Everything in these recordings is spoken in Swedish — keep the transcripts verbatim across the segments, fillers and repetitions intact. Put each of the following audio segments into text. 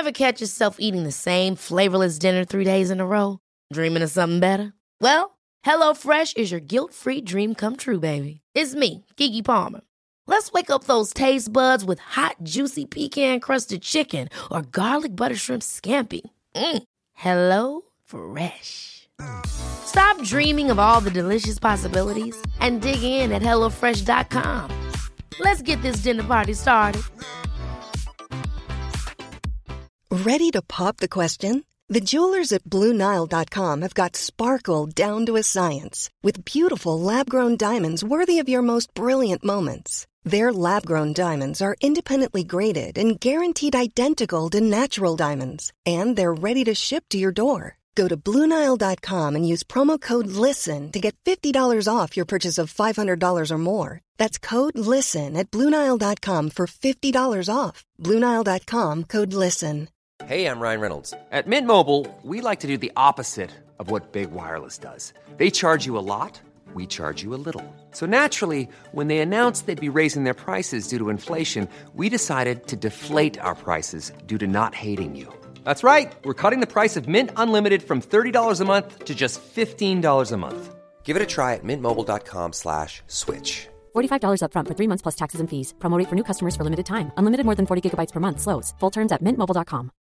Ever catch yourself eating the same flavorless dinner three days in a row? Dreaming of something better? Well, HelloFresh is your guilt-free dream come true, baby. It's me, Keke Palmer. Let's wake up those taste buds with hot, juicy pecan-crusted chicken or garlic butter shrimp scampi. Mm. Hello Fresh. Stop dreaming of all the delicious possibilities and dig in at hello fresh dot com. Let's get this dinner party started. Ready to pop the question? The jewelers at Blue Nile dot com have got sparkle down to a science with beautiful lab-grown diamonds worthy of your most brilliant moments. Their lab-grown diamonds are independently graded and guaranteed identical to natural diamonds, and they're ready to ship to your door. Go to Blue Nile dot com and use promo code LISTEN to get fifty dollars off your purchase of five hundred dollars or more. That's code LISTEN at Blue Nile dot com for fifty dollars off. Blue Nile dot com, code LISTEN. Hey, I'm Ryan Reynolds. At Mint Mobile, we like to do the opposite of what Big Wireless does. They charge you a lot, we charge you a little. So naturally, when they announced they'd be raising their prices due to inflation, we decided to deflate our prices due to not hating you. That's right. We're cutting the price of Mint Unlimited from thirty dollars a month to just fifteen dollars a month. Give it a try at mintmobile.com slash switch. forty-five dollars up front for three months plus taxes and fees. Promo rate for new customers for limited time. Unlimited more than forty gigabytes per month. Slows full terms at mint mobile dot com.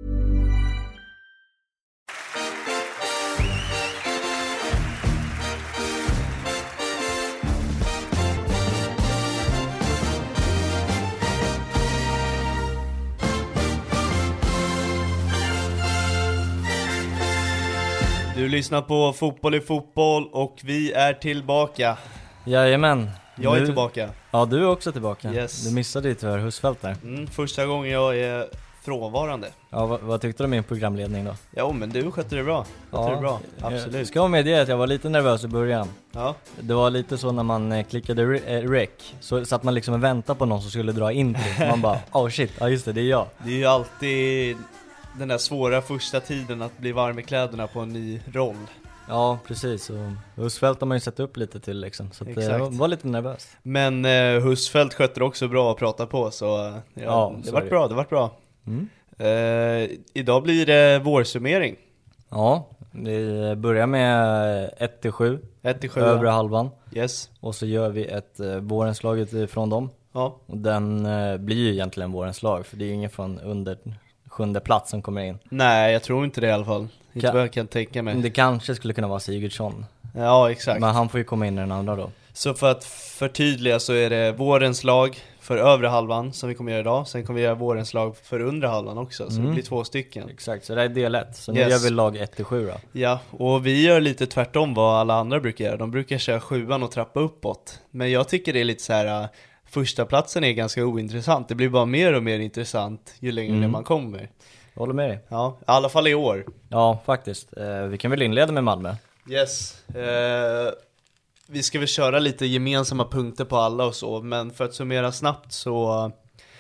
Du lyssnar på Fotboll i fotboll och vi är tillbaka. Jajamän. Jag är du, tillbaka. Ja, du är också tillbaka. Yes. Du missade ju tyvärr Husfeldt där. Mm, första gången jag är frånvarande. Ja, vad, vad tyckte du om min programledning då? Ja, men du skötte det bra. Skötte Ja, det bra. Absolut. Jag ska medge att jag var lite nervös i början. Ja. Det var lite så när man klickade re- rec, så satt man liksom och väntade på någon som skulle dra in till. Man bara, oh shit, ja just det, det är jag. Det är ju alltid den där svåra första tiden att bli varm i kläderna på en ny roll. Ja, precis. Och Husfeldt har man ju sett upp lite till liksom. Så att jag var lite nervös. Men eh, Husfeldt skötte också bra att prata på. Så ja, ja det var bra, det var bra. Mm. Eh, idag blir det vårsummering. Ja, vi börjar med ett till sju. ett till sju. Övre halvan. Yes. Och så gör vi ett eh, vårens lag utifrån dem. Ja. Och den eh, blir ju egentligen vårens lag. För det är ju ingen från under sjunde plats som kommer in. Nej, jag tror inte det i alla fall. Inte Ka- vad jag kan tänka mig. Det kanske skulle kunna vara Sigurdsson. Ja, exakt. Men han får ju komma in i den andra då. Så för att förtydliga så är det vårens lag för övre halvan som vi kommer göra idag. Sen kommer vi göra vårens lag för undre halvan också. Så mm. det blir två stycken. Exakt, så det är del ett. Så nu yes. gör vi lag ett till sju då. Ja, och vi gör lite tvärtom vad alla andra brukar göra. De brukar köra sjuan och trappa uppåt. Men jag tycker det är lite så här. Första platsen är ganska ointressant. Det blir bara mer och mer intressant ju längre mm. man kommer. Jag håller med dig. Ja, i alla fall i år. Ja, faktiskt. Eh, vi kan väl inleda med Malmö. Yes. Eh, vi ska väl köra lite gemensamma punkter på alla och så. Men för att summera snabbt så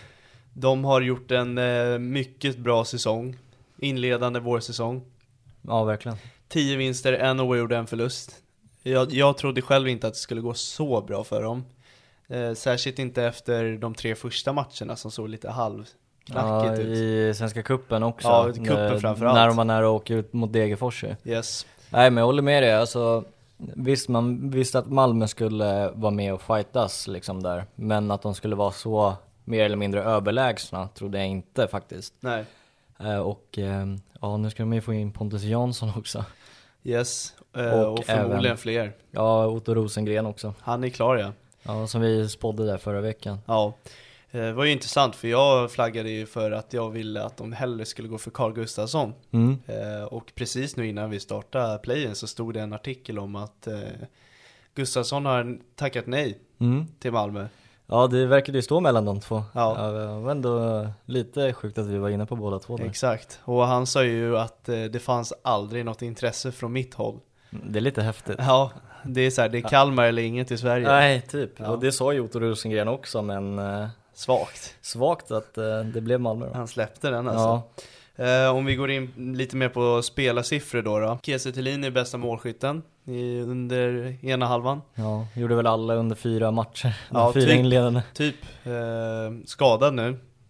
de har gjort en eh, mycket bra säsong. Inledande vårsäsong. Ja, verkligen. Tio vinster, en oavgjord, en förlust. Jag, jag trodde själv inte att det skulle gå så bra för dem. Eh, särskilt inte efter de tre första matcherna som såg lite halv ja, ut. I Svenska cupen också. Ja, cupen framförallt. När de var nära att åka ut mot Degerfors. Yes. Nej, men jag håller med dig. Alltså, visst, man visste att Malmö skulle vara med och fightas liksom där. Men att de skulle vara så mer eller mindre överlägsna trodde jag inte faktiskt. Nej. Eh, och eh, ja, nu ska de ju få in Pontus Jansson också. Yes, eh, och, och förmodligen även fler. Ja, Otto Rosengren också. Han är klar, ja. Ja, som vi spådde där förra veckan. Ja, det var ju intressant för jag flaggade ju för att jag ville att de hellre skulle gå för Carl Gustafsson. Mm. Eh, och precis nu innan vi startade playen så stod det en artikel om att eh, Gustafsson har tackat nej mm. till Malmö. Ja, det verkade ju stå mellan de två. Ja. Det var ändå lite sjukt att vi var inne på båda två där. Exakt, och han sa ju att eh, det fanns aldrig något intresse från mitt håll. Det är lite häftigt. Ja, det är så här, det är Kalmar ja. eller inget i Sverige. Nej, typ. Ja. Och det sa ju Otto Rosengren också, men eh, svagt. Svagt att eh, det blev Malmö då. Han släppte den alltså. Ja. Eh, om vi går in lite mer på spelarsiffror då då. Kiese Thelin är bästa målskytten i, under ena halvan. Ja, gjorde väl alla under fyra matcher. Ja, fyra typ, inledande. Typ eh, skadad nu.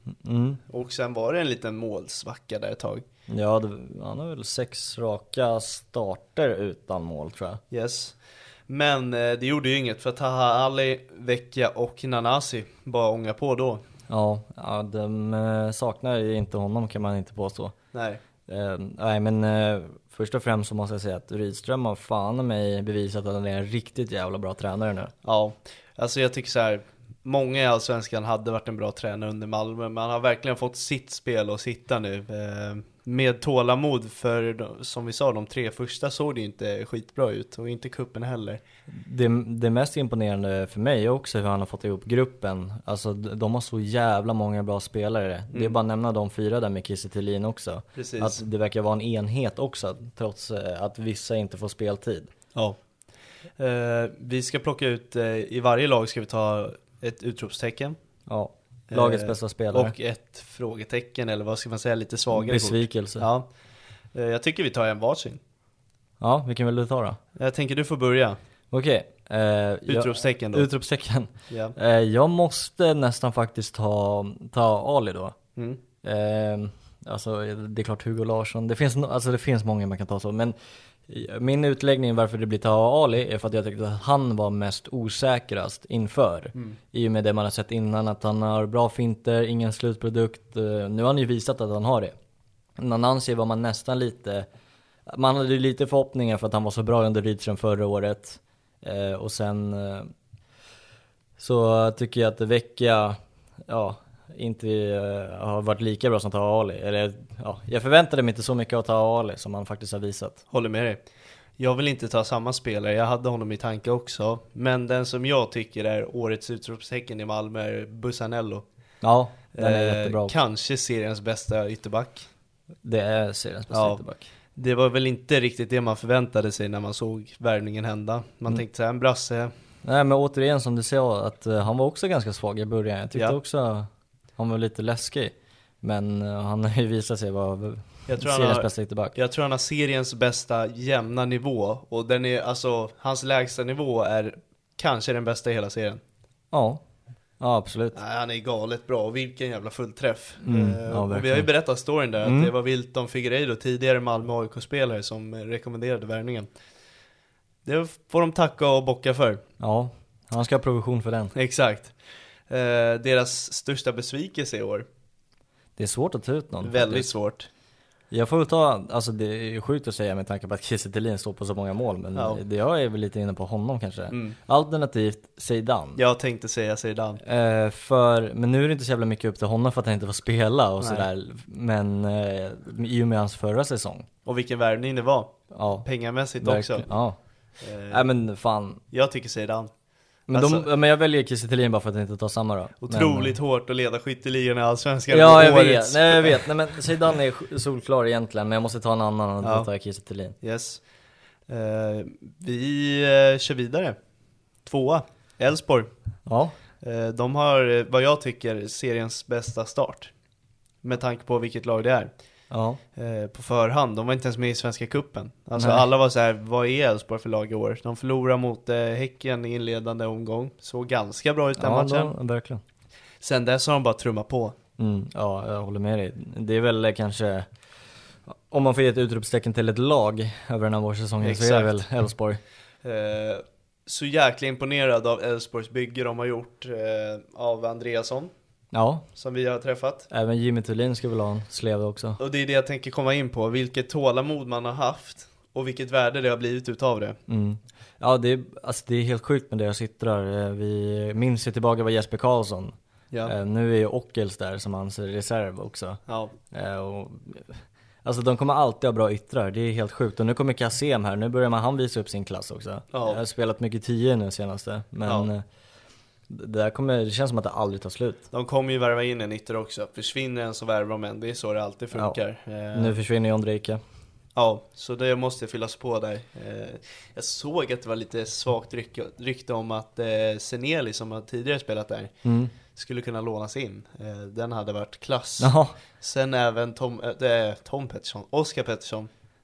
Mm. Och sen var det en liten målsvacka där ett tag. Ja, det, han har väl sex raka starter utan mål tror jag. Yes. Men eh, det gjorde ju inget för Taha Ali, Vecchia och Nanasi bara ånga på då. Ja, ja de eh, saknar ju inte honom kan man inte påstå. Nej. Eh, nej men eh, först och främst så måste jag säga att Rydström har fan mig bevisat att han är en riktigt jävla bra tränare nu. Ja, alltså jag tycker så här. Många i Allsvenskan hade varit en bra tränare under Malmö, men han har verkligen fått sitt spel att sitta nu. Eh, med tålamod, för som vi sa, de tre första såg det ju inte skitbra ut, och inte kuppen heller. Det, det mest imponerande för mig är också hur han har fått ihop gruppen. Alltså de har så jävla många bra spelare. Mm. Det är bara att nämna de fyra där med Kiese Thelin också. Precis. Att det verkar vara en enhet också, trots att vissa inte får speltid. Ja. Eh, vi ska plocka ut, eh, i varje lag ska vi ta ett utropstecken. Ja. Lagets eh, bästa spelare. Och ett frågetecken, eller vad ska man säga, lite svagare. Besvikelse. Ja. Eh, jag tycker vi tar en varsin. Ja, vilken vill du ta då? Jag tänker du får börja. Okej. Eh, utropstecken då. Utropstecken. Ja. Eh, jag måste nästan faktiskt ta, ta Ali då. Mm. Eh, alltså det är klart Hugo Larsson. Det finns, alltså, det finns många man kan ta så. Men min utläggning varför det blir ta Ali är för att jag tyckte att han var mest osäkrast inför. Mm. I och med det man har sett innan, att han har bra finter, ingen slutprodukt. Nu har han ju visat att han har det. Nanasi var man nästan lite... Man hade ju lite förhoppningar för att han var så bra under Rydström förra året. Eh, och sen eh, så tycker jag att Vecchia ja, inte eh, har varit lika bra som Taha Ali. Eller, ja, jag förväntade mig inte så mycket av Taha Ali som han faktiskt har visat. Håller med dig. Jag vill inte ta samma spelare, jag hade honom i tanke också. Men den som jag tycker är årets utropstecken i Malmö är Bussanello. Ja, den är eh, jättebra också. Kanske seriens bästa ytterback. Det är seriens bästa ja. ytterback. Det var väl inte riktigt det man förväntade sig när man såg värvningen hända. Man mm. tänkte så här, en brasse. Nej, men återigen som du sa, att uh, han var också ganska svag i början. Jag tyckte ja. också han var lite läskig. Men uh, han har ju visat sig vara jag tror seriens har, bästa ytterback. Jag tror han har seriens bästa jämna nivå. Och den är, alltså, hans lägsta nivå är kanske den bästa i hela serien. Ja. Ja, absolut. Nej, han är galet bra, och vilken jävla fullträff. Mm, uh, ja, och vi har ju berättat storyn där, mm. att det var Wilton Figueiredo, tidigare Malmö A I K-spelare, som rekommenderade värvningen. Det får de tacka och bocka för. Ja, han ska ha provision för den. Exakt. uh, Deras största besvikelse i år. Det är svårt att ta ut någon. Väldigt faktiskt. svårt. Jag får ta, alltså det är sjukt att säga med tanke på att Kiese Thelin står på så många mål. Men ja. det jag är väl lite inne på honom kanske. Mm. Alternativt Zeidan. Jag tänkte säga Zeidan. Eh, för, men nu är det inte så jävla mycket upp till honom för att han inte får spela och Nej. sådär. Men eh, i och med hans förra säsong. Och vilken värvning det var. Ja. Pengamässigt Verkligen. också. Ja. Eh, Nej men fan. Jag tycker Zeidan. Men, alltså, de, men jag väljer Kiese Thelin bara för att inte ta samma då. Otroligt men, hårt att leda skytteligan i Allsvenskan. Ja, jag vet. Nej, jag vet. Nej, men Zeidan är solklar egentligen, men jag måste ta en annan och ja. ta Kiese Thelin. Yes. Uh, vi uh, kör vidare. Tvåa, Elfsborg. Ja. Uh, de har, vad jag tycker, seriens bästa start. Med tanke på vilket lag det är. Ja. Uh, på förhand, de var inte ens med i Svenska cupen. Alltså Nej. alla var så här, vad är Elfsborg för lag i år? De förlorade mot uh, Häcken i inledande omgång. Såg ganska bra ut den ja, matchen. Ja, verkligen. Sen dess har de bara trummat på. Mm, ja, jag håller med dig. Det är väl kanske, om man får ge ett utropstecken till ett lag över den här vårsäsongen, så är det väl Elfsborg. Uh, så jäkla imponerad av Elfsborgs bygge de har gjort uh, av Andreasson. Ja. Som vi har träffat. Även Jimmy Thulin ska väl ha en slev också. Och det är det jag tänker komma in på. Vilket tålamod man har haft. Och vilket värde det har blivit utav det. Mm. Ja, det är, alltså det är helt sjukt med deras yttrar. Vi minns ju tillbaka var Jesper Karlsson. Ja. Nu är ju Ockels där som hans reserv också. Ja. Och, alltså de kommer alltid ha bra yttrar. Det är helt sjukt. Och nu kommer Kassem här. Nu börjar man han visa upp sin klass också. Ja. Jag har spelat mycket tio nu senaste. Men... Ja. Det, där kommer, det känns som att det aldrig tar slut. De kommer ju värva in en ytter också. Försvinner en så värvar de en. Det är så det alltid funkar. Ja. Eh. Nu försvinner John Drejka. Ja, så det måste fyllas på där. Eh, jag såg att det var lite svagt rykte, rykte om att eh, Seneli, som har tidigare spelat där, mm. skulle kunna lånas in. Eh, den hade varit klass. Jaha. Sen även Tom, äh, Tom Pettersson, Oskar Pettersson.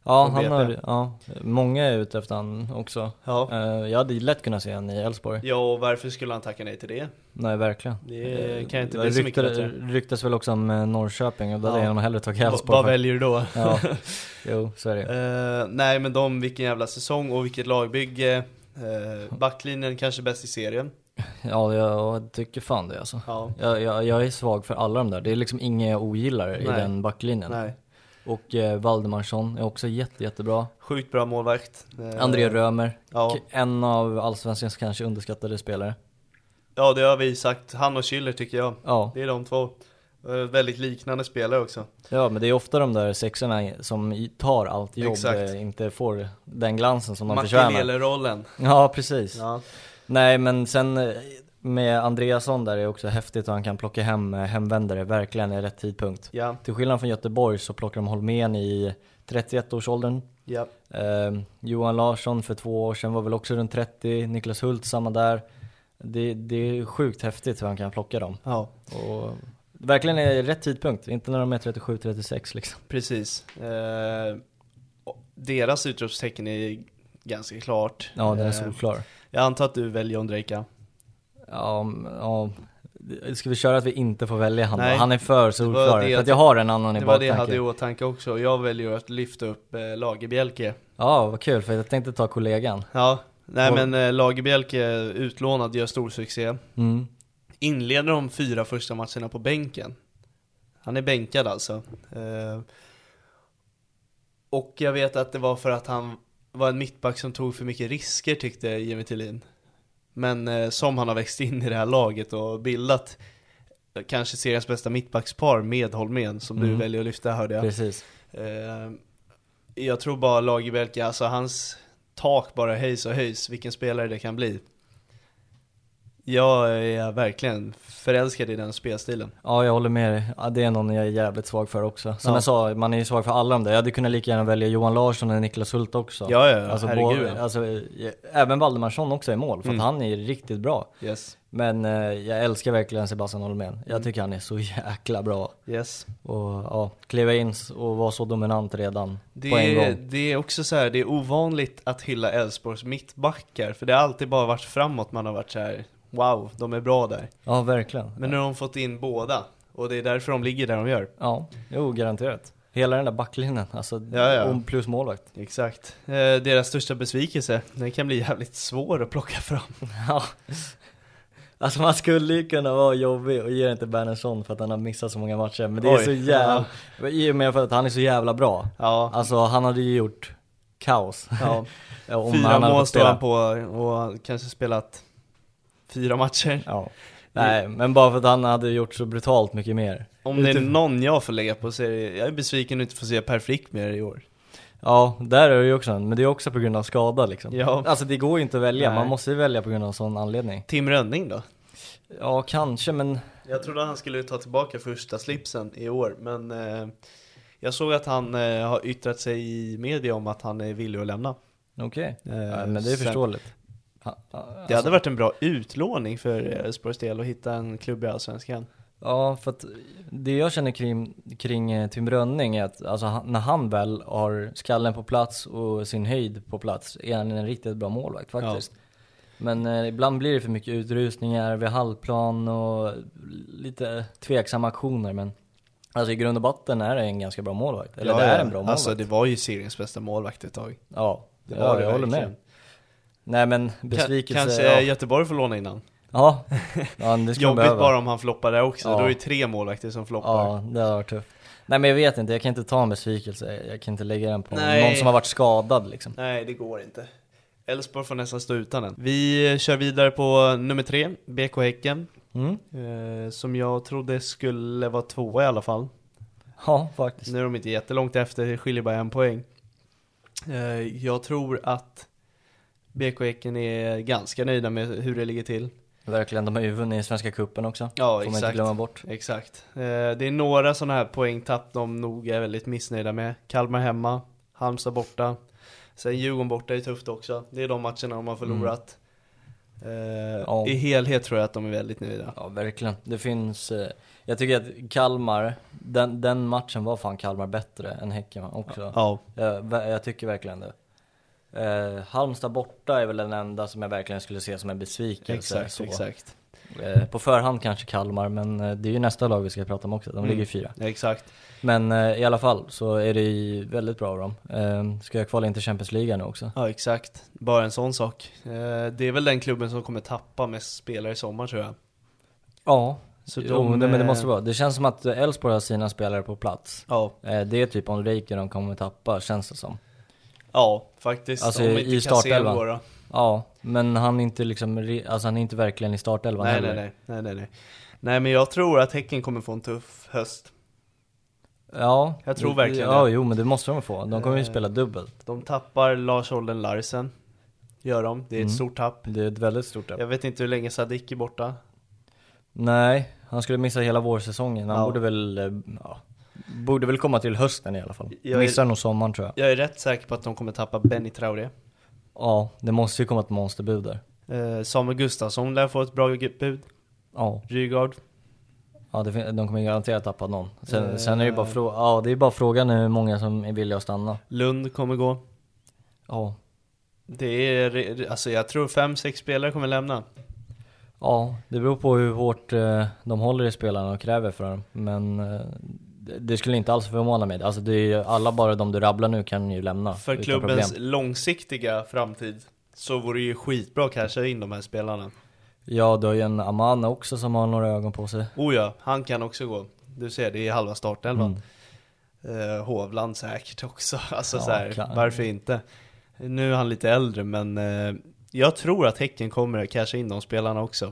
Ja, från han B P. har, ja, många är ute efter han också. Ja. Uh, jag hade lätt kunnat se han i Elfsborg. Ja, och varför skulle han tacka nej till det? Nej, verkligen. Det kan inte uh, bli så rykta, mycket bättre. Ryktas väl också om uh, Norrköping, och då Ja. hade jag nog hellre tagit Elfsborg. Vad väljer du då? Ja, jo, så är det. Uh, nej, men de, vilken jävla säsong och vilket lagbygge. uh, Backlinjen kanske bäst i serien. Ja, jag tycker fan det alltså. Ja. Jag, jag, jag är svag för alla de där. Det är liksom inga jag ogillar i Nej. den backlinjen. Nej. Och eh, Valdemarsson är också jätte, jättebra. Sjukt bra målvakt. uh, André Römer, Ja. k- en av allsvenskans kanske underskattade spelare. Ja, det har vi sagt. Han och Schüller tycker jag. Ja. Det är de två. Uh, väldigt liknande spelare också. Ja, men det är ofta de där sexorna som i- tar allt jobb, Exakt. eh, inte får den glansen som de förtjänar. Makelele-rollen. Ja, precis. Ja. Nej, men sen eh, med Andreasson där är också häftigt, och han kan plocka hem eh, hemvändare verkligen i rätt tidpunkt. Ja. Till skillnad från Göteborg så plockar de Holmén i trettioett-årsåldern. Ja. Eh, Johan Larsson för två år sedan var väl också runt trettio, Niklas Hult samma där. Det, det är sjukt häftigt hur han kan plocka dem. Ja. Och verkligen är rätt tidpunkt, inte när de är trettiosju trettiosex liksom. Precis. Eh, och deras utropstecken är ganska klart. Ja, den är Eh, solklar. Jag antar att du väljer Ondrejka. Ja, ja, ska vi köra att vi inte får välja han då? Nej. Han är för solklar, det för jag- att jag har en annan i Det var det jag baktanke. hade i åtanke också. Jag väljer att lyfta upp eh, Lagerbielke. Ja, vad kul, för jag tänkte ta kollegan. Ja, nej Och- men eh, Lagerbielke utlånad, gör stor succé. Mm. Inleder de fyra första matcherna på bänken. Han är bänkad alltså. Eh, och jag vet att det var för att han var en mittback som tog för mycket risker, tyckte Jimmy Tillin. Men eh, som han har växt in i det här laget och bildat eh, kanske seriens bästa mittbackspar med Holmén, som du Mm. väljer att lyfta, hörde jag. Precis. Eh, jag tror bara Lagerbielke, alltså hans tak bara höjs och höjs, vilken spelare det kan bli. Jag är verkligen förälskad i den spelstilen. Ja, jag håller med dig. Ja, det är någon jag är jävligt svag för också. Som Ja. jag sa, man är ju svag för alla de där. Jag hade kunnat lika gärna välja Johan Larsson eller Niklas Hult också. Ja, ja, ja. alltså, Herregud, bo- ja. alltså, eh, även Valdemarsson också är mål, för Mm. att han är riktigt bra. Yes, Men eh, jag älskar verkligen Sebastian Holmén. Jag Mm. tycker han är så jäkla bra. yes. Och ja, kliva in och vara så dominant redan Det på en är, gång. det är också så här, det är ovanligt att hylla Elfsborgs mittbackar, för det har alltid bara varit framåt man har varit så här: wow, de är bra där. Ja, verkligen. Men nu har de fått in båda, och det är därför de ligger där de gör. Ja, jo, garanterat. Hela den där backlinjen, alltså, Ja, ja. och plus målvakt. Exakt. Eh, deras största besvikelse, den kan bli jävligt svår att plocka fram. Ja. Alltså man skulle ju kunna vara jobbig och ge det till Bernersson för att han har missat så många matcher. Men det är Oj. så jävla, i och med för att han är så jävla bra. Ja, Alltså han hade ju gjort kaos. ja. Om Fyra han hade mål fått står spela. han på och kanske spelat fyra matcher. Ja. Nej, men bara för att han hade gjort så brutalt mycket mer. Om det är Utifrån- någon jag får lägga på, så är det, jag är besviken att inte få se Per Frick mer i år. Ja, där är det ju också en, men det är också på grund av skada liksom. Ja. Alltså det går ju inte att välja, Nej. man måste ju välja på grund av sån anledning. Tim Rönning då? Ja, kanske, men Jag trodde han skulle ta tillbaka första slipsen i år, men eh, jag såg att han eh, har yttrat sig i media om att han är villig att lämna. okej. Eh, Ja, men det är sen- förståeligt. Ha, Det alltså- hade varit en bra utlåning för Elfsborgs del att hitta en klubb i Allsvenskan. Ja, för att det jag känner kring, kring eh, Tim Rönning är att alltså, han, när han väl har skallen på plats och sin höjd på plats är han en riktigt bra målvakt faktiskt. Men eh, ibland blir det för mycket utrustningar vid halvplan och lite tveksamma aktioner, men alltså i grund och botten är det en ganska bra målvakt. Eller Ja, det är ja. en bra målvakt. Alltså det var ju seriens bästa målvakt ett tag. Ja, Det ja var det jag håller verkligen. med. Nej men besvikelse, Kanske ja. Göteborg får låna innan. Ja, ja det skulle de Jobbigt behöva. bara om han floppar där också, Ja. då är det tre målvakter som floppar. Ja, det har varit tufft. Nej men jag vet inte, jag kan inte ta en besvikelse. Jag kan inte lägga den på Nej. någon som har varit skadad liksom. Nej, det går inte. Elfsborg får nästan stå utan den. Vi kör vidare på nummer tre, B K Häcken. Mm. Eh, som jag trodde skulle vara tvåa i alla fall. Ja, faktiskt. Nu är de inte jättelångt efter, det skiljer bara en poäng. Eh, jag tror att B K Häcken är ganska nöjda med hur det ligger till. Verkligen, de har ju vunnit i Svenska cupen också. Ja, Får man inte exakt. glömma bort. Exakt. Eh, det är några sådana här poängtapp de nog är väldigt missnöjda med. Kalmar hemma, Halmstad borta. Sen Djurgården borta är tufft också. Det är de matcherna de har förlorat. Eh, Ja. I helhet tror jag att de är väldigt nöjda. Ja, verkligen. Det finns, eh, jag tycker att Kalmar, den, den matchen var fan Kalmar bättre än Häcken också. Ja, Jag, jag tycker verkligen det. Eh, Halmstad borta är väl den enda som jag verkligen skulle se som en besvikelse. exakt, så. exakt. Eh, på förhand kanske Kalmar, men eh, det är ju nästa lag vi ska prata om också. De Mm. ligger fyra. Ja, exakt. Men eh, i alla fall så är det ju väldigt bra av dem. Eh, ska jag kvala in till Champions League nu också? Ja, exakt. Bara en sån sak. Eh, det är väl den klubben som kommer tappa mest spelare i sommar, tror jag. Ja, Så jo, de, det, men det eh, måste vara. Det känns som att Elfsborg har sina spelare på plats. Ja, Eh, det är typ Enrique de kommer tappa, känns det som. ja faktiskt. Alltså, Om i inte startelvan. Cancelo då. Ja, men han är inte liksom, re- alltså han är inte verkligen i startelvan Nej, heller. nej, nej, nej, nej, nej. Nej, men jag tror att Häcken kommer få en tuff höst. Ja, Jag tror verkligen ja, det. jo, men det måste de få. De kommer ju Eh. spela dubbelt. De tappar Lars Olden Larsen. Gör de. Det är ett Mm. stort tapp. Det är ett väldigt stort tapp. Jag vet inte hur länge Sadik är borta. Nej, han skulle missa hela vårsäsongen. Han Ja. borde väl, eh, ja, borde väl komma till hösten i alla fall. Jag är- Missar nog sommaren tror jag. Jag är rätt säker på att de kommer tappa Benny Traoré. Ja, det måste ju komma ett monsterbud där. Eh, Samuel Gustafsson lär få ett bra bud. Ja, Rygaard. ja det, fin- de kommer garanterat tappa någon. Sen, Eh. sen är det ju bara, frå- ja, det är bara frågan hur många som är villiga att stanna. Lund kommer gå. Ja, Det är, alltså jag tror fem, sex spelare kommer lämna. ja det beror på hur hårt eh, de håller i spelarna och kräver för dem. Men eh, det, det skulle inte alls förvåna mig. Alltså det är ju, alla bara de du rabblar nu kan ju lämna För utan klubbens problem. långsiktiga framtid så vore det ju skitbra att casha in de här spelarna. Ja, du har ju en Amana också som har några ögon på sig. Oh ja, han kan också gå. Du ser, det är halva startelvan. Mm. Eh, Hovland säkert också. Alltså Ja, så här, kan- varför inte? Nu är han lite äldre, men eh, jag tror att Häcken kommer att casha in de spelarna också.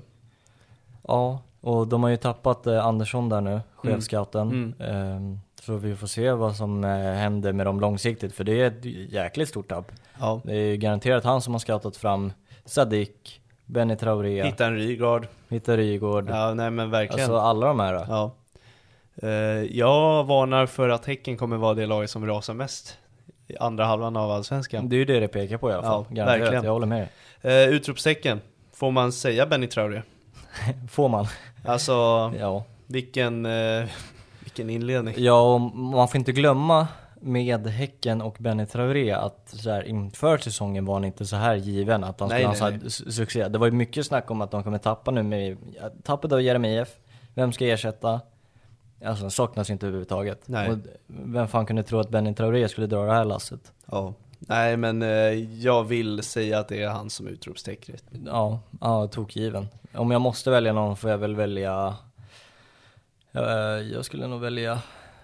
Ja, och de har ju tappat eh, Andersson där nu, chefscouten. Mm. Ehm, så vi får se vad som eh, händer med dem långsiktigt, för det är ett jäkligt stort tapp. Ja. Det är ju garanterat han som har scoutat fram Sadik, Benny Traoré, Hitta en Rygaard. Hitta Rygaard. Ja, nej men verkligen. Alltså alla de här. Ja. Eh, jag varnar för att Häcken kommer vara det laget som rasar mest i andra halvan av Allsvenskan. Det är ju det det pekar på i alla fall. Ja, Garanterat, verkligen. jag håller med dig. Eh, utropstecken. Får man säga Benny Traoré? Får man? Alltså, Ja. vilken, eh, vilken inledning. Ja, och man får inte glömma med Häcken och Benny Traoré att så här, inför säsongen var han inte så här given att han Nej, skulle ha nej, så här nej. su- succé. Det var ju mycket snack om att de kommer tappa nu med tappet av Jeremejeff. Vem ska ersätta? Alltså saknas inte överhuvudtaget. Nej. Och vem fan kunde tro att Benny Traoré skulle dra det här lasset? Ja. Nej, men eh, jag vill säga att det är han som utropstecken. Ja, ja, tokgiven. Om jag måste välja någon får jag väl välja. Eh, Jag skulle nog välja.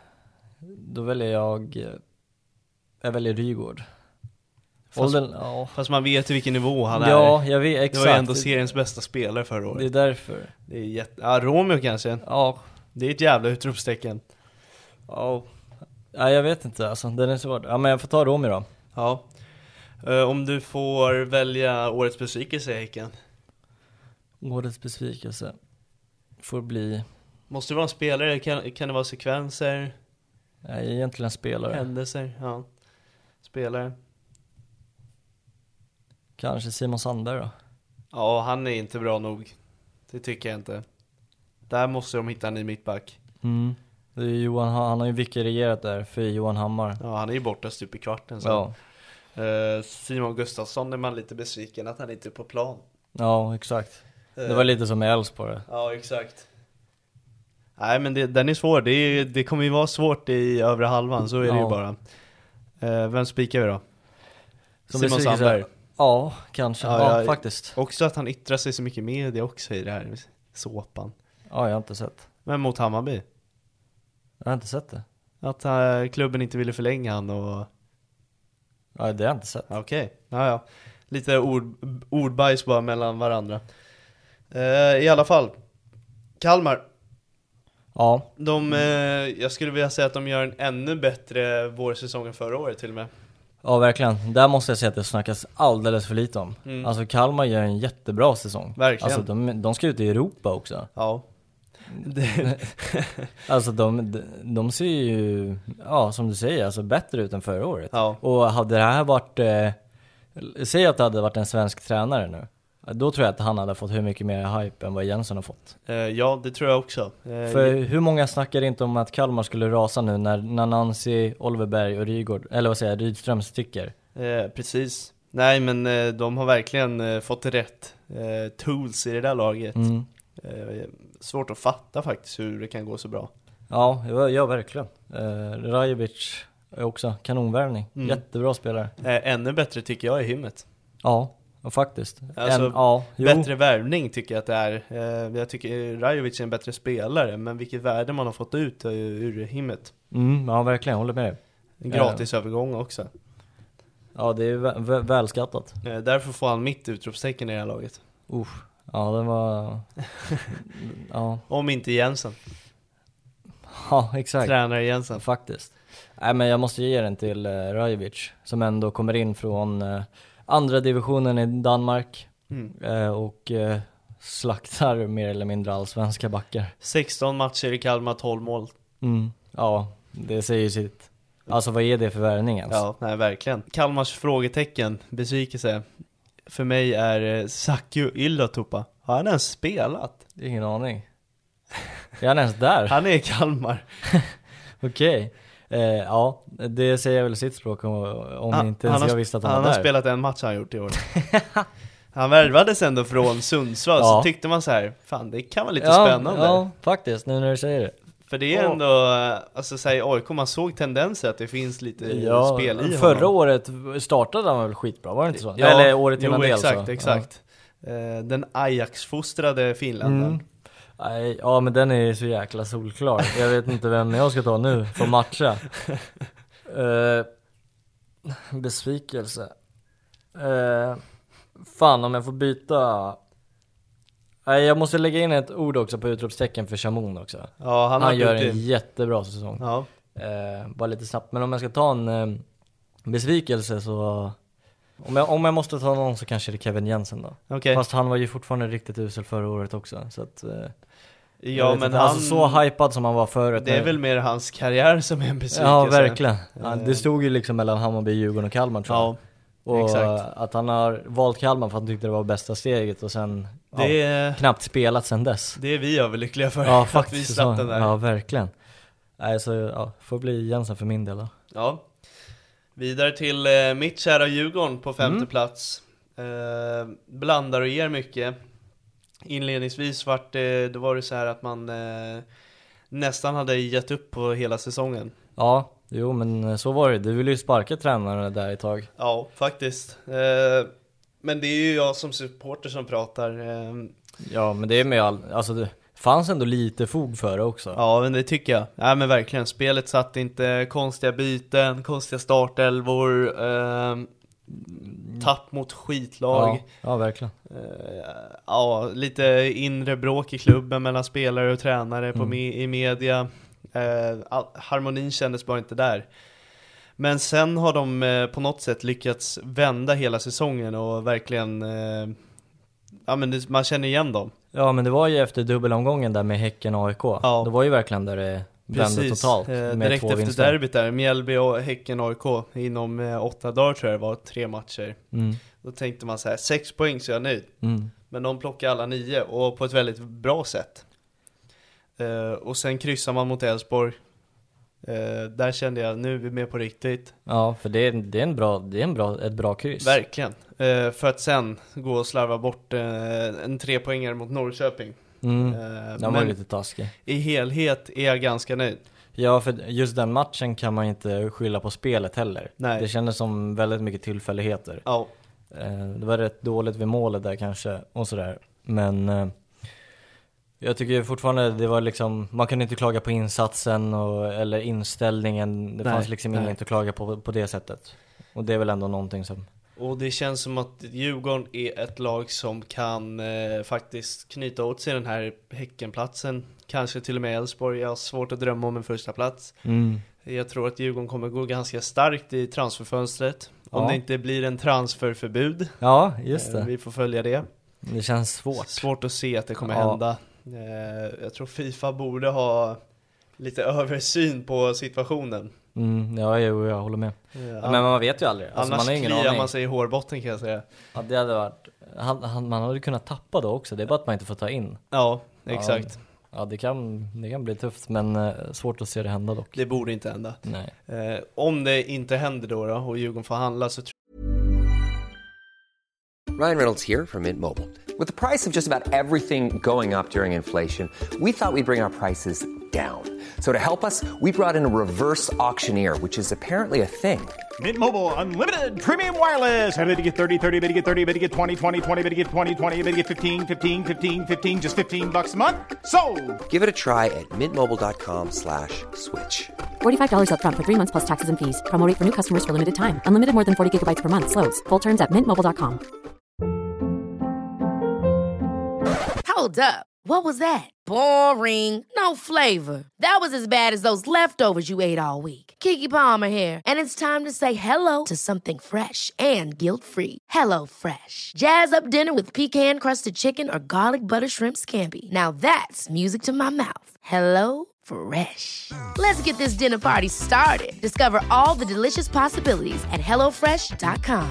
Då väljer jag. eh, Jag väljer Rygaard. Fast- Åldern, ja. Fast man vet ju vilken nivå han är. Ja, jag vet Det exakt. var ju ändå seriens bästa spelare förra Det är året. därför. Det är jätte... Ja, Romeo kanske. Ja, Det är ett jävla utropstecken. ja. Ja, jag vet inte alltså, den är svår. Ja, men jag får ta Romy då. Ja. Eh, om du får välja årets besvikelse i Häcken. Årets besvikelse får bli, Måste det vara en spelare? Kan, kan det vara sekvenser? jag är egentligen spelare. Händelser? Ja. Spelare. Kanske Simon Sandberg då. Ja, han är inte bra nog. Det tycker jag inte. Där måste de hitta en ny mittback. Mm. Det är Johan, han har ju vikarierat där för Johan Hammar. Ja, han är ju borta stup i kvarten. Så. Ja, Eh, Simon Gustafsson är man lite besviken att han inte är på plan. ja exakt. Det var lite som med Elfsborg. Ja, exakt. Nej, men det, den är svår. Det, är, det kommer ju vara svårt i övre halvan, så är det Ja. ju bara. Eh, vem spikar vi då? Som Simon besvikelse- Sandberg. Ja, kanske. Ja, Ja, jag- faktiskt. Också att han yttrar sig så mycket media också i det här såpan. Ja, jag har inte sett. Men mot Hammarby. Jag har inte sett det. Att eh, klubben inte ville förlänga han och... Ja, det har jag inte sett. Okej, ja, ja. Lite ord, ordbajs bara mellan varandra. Eh, I alla fall. Kalmar. Ja, De, eh, jag skulle vilja säga att de gör en ännu bättre vårsäsong än förra året till och med. ja verkligen. Där måste jag säga att det snackas alldeles för lite om. Mm. Alltså Kalmar gör en jättebra säsong. Verkligen. Alltså de, de ska ut i Europa också. Ja. Det, Alltså de, de, de ser ju, ja som du säger, alltså bättre ut än förra året. ja. Och hade det här varit, eh, säg att det hade varit en svensk tränare nu. Då tror jag att han hade fått hur mycket mer hype än vad Jensen har fått. Eh, ja, det tror jag också. Eh, För hur många snackar inte om att Kalmar skulle rasa nu när, när Nancy, Oliver Berg och Rygård, eller vad säger jag, Rydström sticker? Eh, precis. Nej, men eh, de har verkligen eh, fått rätt eh, tools i det där laget. Mm. Eh, svårt att fatta faktiskt hur det kan gå så bra. Ja, ja, ja verkligen. Eh, Rajovic är också kanonvärvning. Mm. Jättebra spelare. Eh, ännu bättre tycker jag är Himmet. Ja, och faktiskt. Alltså, en, ja, bättre värvning tycker jag att det är. Eh, jag tycker Rajovic är en bättre spelare, men vilket värde man har fått ut ur, ur Himmet. Mm, ja, verkligen, håller med dig. En gratis eh. övergång också. Ja, det är vä- vä- välskattat. Eh, därför får han mitt utropstecken i det här laget. Usch. Ja, det var... ja. Om inte Jensen. Ja, exakt. Tränare Jensen. Faktiskt. Nej, men jag måste ge den till eh, Rajovic, som ändå kommer in från eh, andra divisionen i Danmark. Mm. Eh, och eh, slaktar mer eller mindre allsvenska backar. sexton matcher i Kalmar, tolv mål. Mm. Ja, det säger sitt. Alltså vad är det för värvning ens? Ja, nej, verkligen. Kalmars frågetecken, besvikelse, för mig är eh, Saku Yllätupa. Har han ens spelat? Ingen aning. Är han ens där? Han är i Kalmar. Okej. Eh, ja, det säger väl sitt språk om, om han, inte ens han jag har, visste att han, han var har där. spelat en match han gjort i år. Han värvades ändå från Sundsvall, Ja. så tyckte man så här, fan det kan vara lite ja, spännande. Ja, faktiskt, nu när du säger det. För det är Ja. ändå, alltså säger A I K, man såg tendenser att det finns lite Ja, spel i förra honom. året startade han väl skitbra, var det inte så? Ja, Eller året jo, innan det exakt, alltså. exakt. Eh, Den Ajax-fostrade finländaren. Mm. Nej, ja, men den är så jäkla solklar. Jag vet inte vem jag ska ta nu för matcha. uh, besvikelse. Uh, fan, om jag får byta. Nej, jag måste lägga in ett ord också på utropstecken för Chamon också. Ja, han, Han, har gör duktig. en jättebra säsong. Ja. Uh, bara lite snabbt. Men om jag ska ta en uh, besvikelse så... Om jag, om jag måste ta någon så kanske det är Kevin Jensen då. Okej. Fast han var ju fortfarande riktigt usel förra året också. Så att... Uh, Ja, men inte, han, alltså så hypad som han var förut. det är väl mer hans karriär som är en besvikelse. Ja, verkligen. Ja, Eh. det stod ju liksom mellan Hammarby, Djurgården och Kalmar tror jag. Ja, och exakt. att han har valt Kalmar för att han tyckte det var bästa steget och sen det, ja, är, knappt spelat sen dess. det är vi överlyckliga för. Ja, att vi faktiskt. slapp Så, den där. ja, verkligen. Nej, så ja, får bli Jensen för min del då. Ja. Vidare till eh, mitt kära Djurgården på femte Mm. plats. Eh, blandar och ger mycket. Inledningsvis vart det, då var det så här att man eh, nästan hade gett upp på hela säsongen. Ja, jo men så var det. Du ville ju sparka tränaren där ett tag. Ja, faktiskt. Eh, men det är ju jag som supporter som pratar. Eh, Ja, men det är med all... Alltså det fanns ändå lite fog för det också. ja, men det tycker jag. Ja, men verkligen. Spelet satt inte, konstiga byten, konstiga startelvor, eh, tapp mot skitlag. Ja, ja, verkligen. Uh, ja, lite inre bråk i klubben mellan spelare och tränare på Mm. me- i media. Uh, all, harmonin kändes bara inte där. Men sen har de uh, på något sätt lyckats vända hela säsongen och verkligen, uh, ja men det, man känner igen dem. Ja, men det var ju efter dubbelomgången där med Häcken och A I K. Ja. Det var ju verkligen där det vände totalt. Uh, med direkt två efter vinster. derbyt där, Mjällby och Häcken A I K inom uh, åtta dagar tror jag det var, tre matcher. Mm. Då tänkte man så här, sex poäng så är jag nöjd. Mm. Men de plockar alla nio och på ett väldigt bra sätt. Uh, och sen kryssar man mot Elfsborg. Uh, där kände jag, nu är vi med på riktigt. Ja, för det är, det är, en bra, det är en bra, ett bra kryss. Verkligen. Uh, för att sen gå och slarva bort uh, en trepoängare mot Norrköping. Mm. Uh, Den var men lite taskig. i helhet är jag ganska nöjd. Ja, för just den matchen kan man inte skylla på spelet heller. Nej. Det kändes som väldigt mycket tillfälligheter. Ja, Eh, Det var rätt dåligt vid målet där kanske och sådär. Men eh, jag tycker fortfarande det var liksom, man kan inte klaga på insatsen och, eller inställningen. Det Nej, fanns liksom nej. inget att klaga på på det sättet. Och det är väl ändå någonting som... och det känns som att Djurgården är ett lag som kan uh, faktiskt knyta åt sig den här Häckenplatsen. Kanske till och med Elfsborg. Jag har svårt att drömma om en första plats. Mm. Jag tror att Djurgården kommer gå ganska starkt i transferfönstret. Om Ja. det inte blir en transferförbud. Ja, just Eh, det. Vi får följa det. Det känns svårt. Svårt att se att det kommer Ja. hända. Eh, Jag tror FIFA borde ha lite översyn på situationen. Mm, ja, jo, jag håller med. Ja, men man vet ju aldrig. Alltså, annars man har ingen kliar aning. man sig i hårbotten kan jag säga. Ja, det hade varit... Han, han, man hade kunnat tappa då också. Det är bara att man inte får ta in. Ja, exakt. Ja, ja det, kan, det kan bli tufft, men eh, svårt att se det hända dock. Det borde inte hända. Nej. Eh, om det inte händer då, då och Djurgården får handla så tror Ryan Reynolds here from Mint Mobile. With the price of just about everything going up during inflation, we thought we'd bring our prices down. So to help us, we brought in a reverse auctioneer, which is apparently a thing. Mint Mobile Unlimited Premium Wireless. How to get thirty, thirty, how to get thirty, how to get twenty, twenty, twenty, how to get twenty, twenty, how to get fifteen, fifteen, fifteen, fifteen, just fifteen bucks a month? Sold! Give it a try at mintmobile.com slash switch. forty-five dollars up front for three months plus taxes and fees. Promo rate for new customers for limited time. Unlimited more than forty gigabytes per month. Slows full terms at mint mobile dot com. Hold up. What was that? Boring. No flavor. That was as bad as those leftovers you ate all week. Keke Palmer here, and it's time to say hello to something fresh and guilt-free. Hello Fresh. Jazz up dinner with pecan-crusted chicken or garlic butter shrimp scampi. Now that's music to my mouth. Hello Fresh. Let's get this dinner party started. Discover all the delicious possibilities at hello fresh dot com.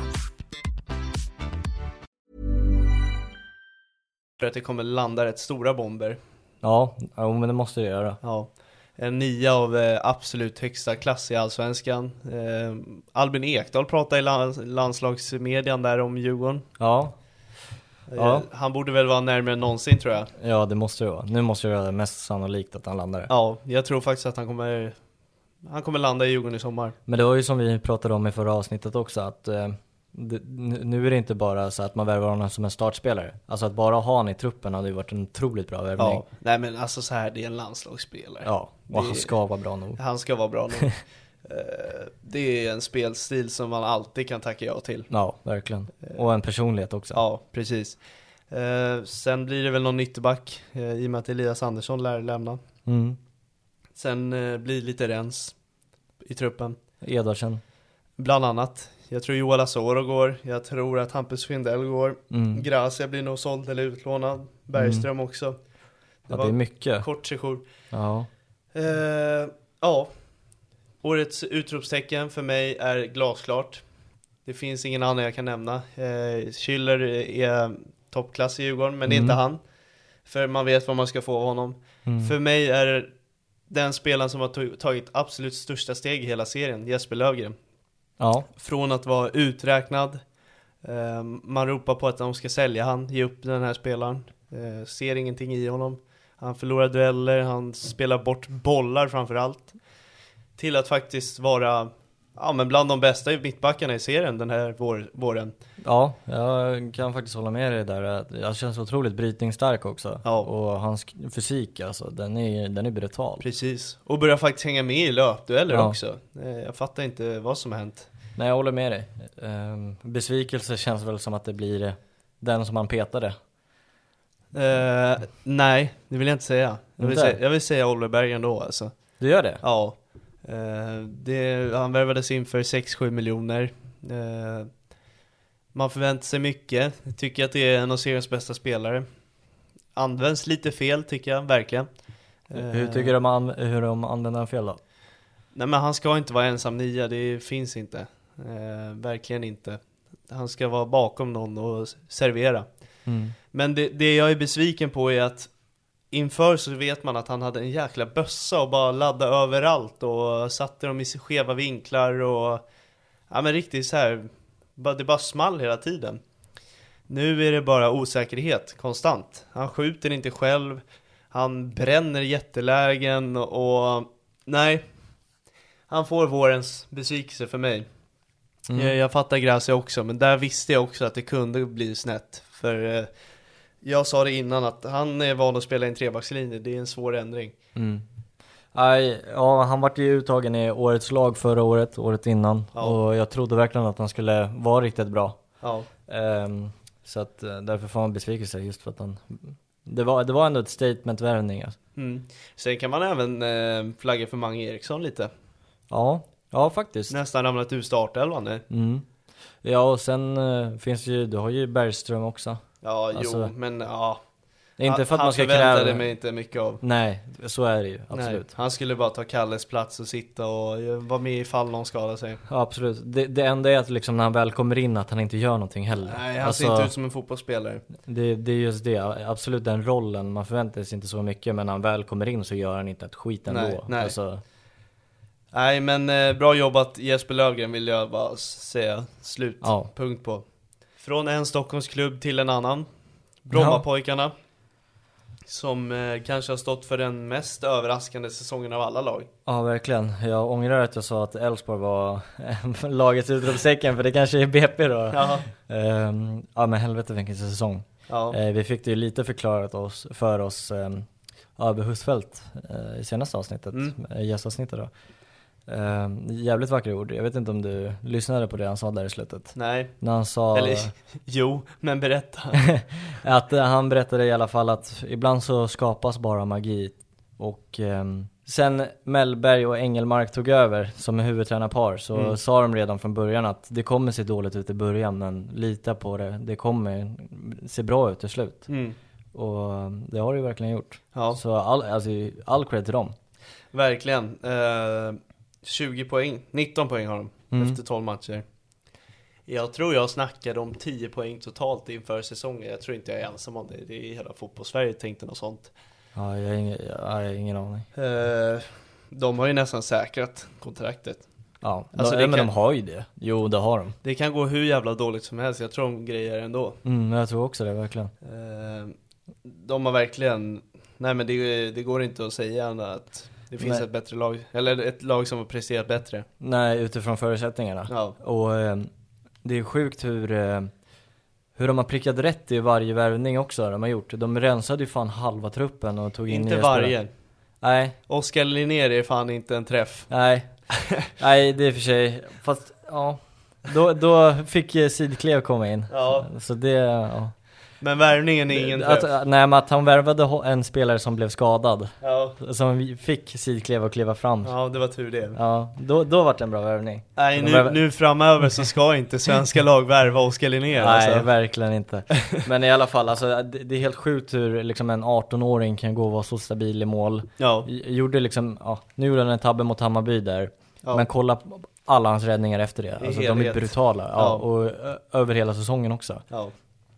att det kommer landa rätt stora bomber. Ja, ja men det måste det göra. Ja. En nia av eh, absolut högsta klass i Allsvenskan. Eh, Albin Ekdal pratade i lands- landslagsmedian där om Djurgården. Ja. Eh, Ja. Han borde väl vara närmare än någonsin tror jag. Ja, det måste det vara. Nu måste det vara mest sannolikt att han landar. Ja, jag tror faktiskt att han kommer han kommer landa i Djurgården i sommar. Men det var ju som vi pratade om i förra avsnittet också, att eh, det, nu är det inte bara så att man värvar honom som en startspelare. Alltså att bara ha han i truppen hade ju varit en otroligt bra värvning. Ja, nej men alltså så här, det är en landslagsspelare. Ja, och Det- han ska vara bra nog. Han ska vara bra nog. Eh, det är en spelstil som man alltid kan tacka ja till. Ja, verkligen. Och en personlighet också. Ja, precis. Eh, sen blir det väl någon ytterback eh, i och med att Elias Andersson lär lämna. Mm. Sen eh, blir det lite rens i truppen. Edersen. Bland annat. Jag tror Joel Asoro går. Jag tror att Hampus Findell går. Mm. Gracia blir nog såld eller utlånad. Bergström också. Det Ja, var det är mycket. kort sejour. Ja. Eh, ja. Årets utropstecken för mig är glasklart. Det finns ingen annan jag kan nämna. Eh, Schüller är toppklass i Djurgården, men det är Mm. inte han. För man vet vad man ska få av honom. Mm. För mig är det den spelaren som har to- tagit absolut största steg i hela serien, Jesper Löfgren. Ja. Från att vara uträknad, eh, man ropar på att de ska sälja han, ge upp den här spelaren. Eh, ser ingenting i honom. Han förlorar dueller, han spelar bort bollar framförallt. Till att faktiskt vara ja, men bland de bästa i mittbackarna i serien den här vår, våren. Ja, jag kan faktiskt hålla med dig där. Jag känns otroligt brytningsstark också. Ja. Och hans fysik, alltså, den är, den är brutal. Precis. Och börjar faktiskt hänga med i löpdueller Ja. också. Eh, jag fattar inte vad som har hänt. Nej, jag håller med dig. Ehm, besvikelse känns väl som att det blir den som han petade. Eh, nej, det vill jag inte säga. Jag vill Inte? säga, jag vill säga Oliver Berg ändå alltså. Du gör det? Ja. Eh, det, han värvades in för sex sju miljoner. Eh, man förväntar sig mycket. Jag tycker att det är en av seriens bästa spelare. Används lite fel tycker jag, verkligen. Hur Eh, tycker du om hur de använder han fel då? Nej men han ska inte vara ensam nia, det finns inte. Eh, verkligen inte. Han ska vara bakom någon och servera. Mm. Men det, det jag är besviken på är att inför så vet man att han hade en jäkla bössa och bara ladda överallt och satte dem i skeva vinklar och ja men riktigt så här, bara- det bara small hela tiden. Nu är det bara osäkerhet konstant. Han skjuter inte själv, han bränner jättelägen och, och nej, han får vårens besvikelse för mig. Mm. Jag, jag fattar Gracia också, men där visste jag också att det kunde bli snett. För eh, jag sa det innan att han är van att spela i en trebackslinje, det är en svår ändring. Mm. Aj, ja, han var ju uttagen i årets lag förra året, året innan. Ja. Och jag trodde verkligen att han skulle vara riktigt bra. Ja, Ehm, så att eh, därför får man besvikelse just för att han... Det var, det var ändå ett statement-värvning alltså. mm. Sen kan man även eh, flagga för Mange Eriksson lite. Ja, ja faktiskt. Nästan ramlat ur startelvan nu. Mm. Ja, och sen eh, finns ju, du har ju Bergström också. Ja, Alltså- jo, men ja. Det är inte för att han man ska förväntade kräva... mig inte mycket av. Nej, så är det ju, absolut. Nej, han skulle bara ta Kalles plats och sitta och vara med ifall någon skadar sig. Ja, absolut. Det, det enda är att liksom när han väl kommer in att han inte gör någonting heller. Nej, han alltså, ser inte ut som en fotbollsspelare. Det, det är just det, absolut den rollen. Man förväntar sig inte så mycket, men när han väl kommer in så gör han inte ett skit ändå. Nej, nej. Alltså, Nej, men eh, bra jobbat Jesper Löfgren, vill jag bara säga. Slut, ja. punkt på. Från en Stockholmsklubb till en annan. Brommapojkarna. Som eh, kanske har stått för den mest överraskande säsongen av alla lag. Ja, verkligen. Jag ångrar att jag sa att Elfsborg var lagets utropstecken, för det kanske är B P då. Ja, um, ja men helvete vilken säsong. ja. Uh, vi fick det ju lite förklarat oss, för oss um, av Husfeldt uh, i senaste avsnittet, Mm. uh, gästavsnittet då. Uh, jävligt vackra ord. Jag vet inte om du lyssnade på det han sa där i slutet. Nej. När han sa... Eller, jo, men berätta. att uh, han berättade i alla fall att ibland så skapas bara magi. Och um, sen Mellberg och Engelmark tog över som huvudtränarpar, så Mm. sa de redan från början att det kommer se dåligt ut i början, men lita på det. Det kommer se bra ut till slut. Mm. Och um, det har det ju verkligen gjort. Ja, Så all, alltså, all cred till dem. verkligen. Eh, tjugo poäng, nitton poäng har de Mm. efter tolv matcher. Jag tror jag snackade om tio poäng totalt inför säsongen. Jag tror inte jag är ensam om det. Det är hela fotbollssverige tänkte något sånt. Ja, jag har ingen, jag har ingen aning. Eh, de har ju nästan säkrat kontraktet. Ja, Alltså, de, det men kan- de har ju det. Jo, det har de. Det kan gå hur jävla dåligt som helst. Jag tror de grejer ändå. Mm, jag tror också det, verkligen. Eh, de har verkligen... Nej, men det, det går inte att säga att det finns Nej. ett bättre lag. Eller ett lag som har presterat bättre. Nej, utifrån förutsättningarna. Ja, Och eh, det är sjukt hur, eh, hur de har prickat rätt i varje värvning också de har gjort. De rensade ju fan halva truppen och tog in inte nya varje. spelare. Nej, Oskar Linnér är fan inte en träff. nej. Nej, det är för sig. Fast, ja. Då, då fick eh, Sidklev komma in. Ja. Så det, ja. Men värvningen är ingen träff. Att, nej, men att han värvade ho- en spelare som blev skadad. Ja, Som vi fick Sidklev att kliva fram. Ja, ja, det var tur det. då, då var det en bra värvning. Nej, De nu, värv- nu framöver så ska inte svenska lag värva Oskar Linnér. Nej, Alltså. verkligen inte. Men i alla fall, alltså, det, det är helt sjukt hur liksom, en arton-åring kan gå och vara så stabil i mål. Ja, J- Gjorde liksom, ja, nu gjorde han en tabbe mot Hammarby där. ja. Men kolla på alla hans räddningar efter det. är Alltså, de är helhet. brutala. Ja, Ja. Och ö, över hela säsongen också. ja.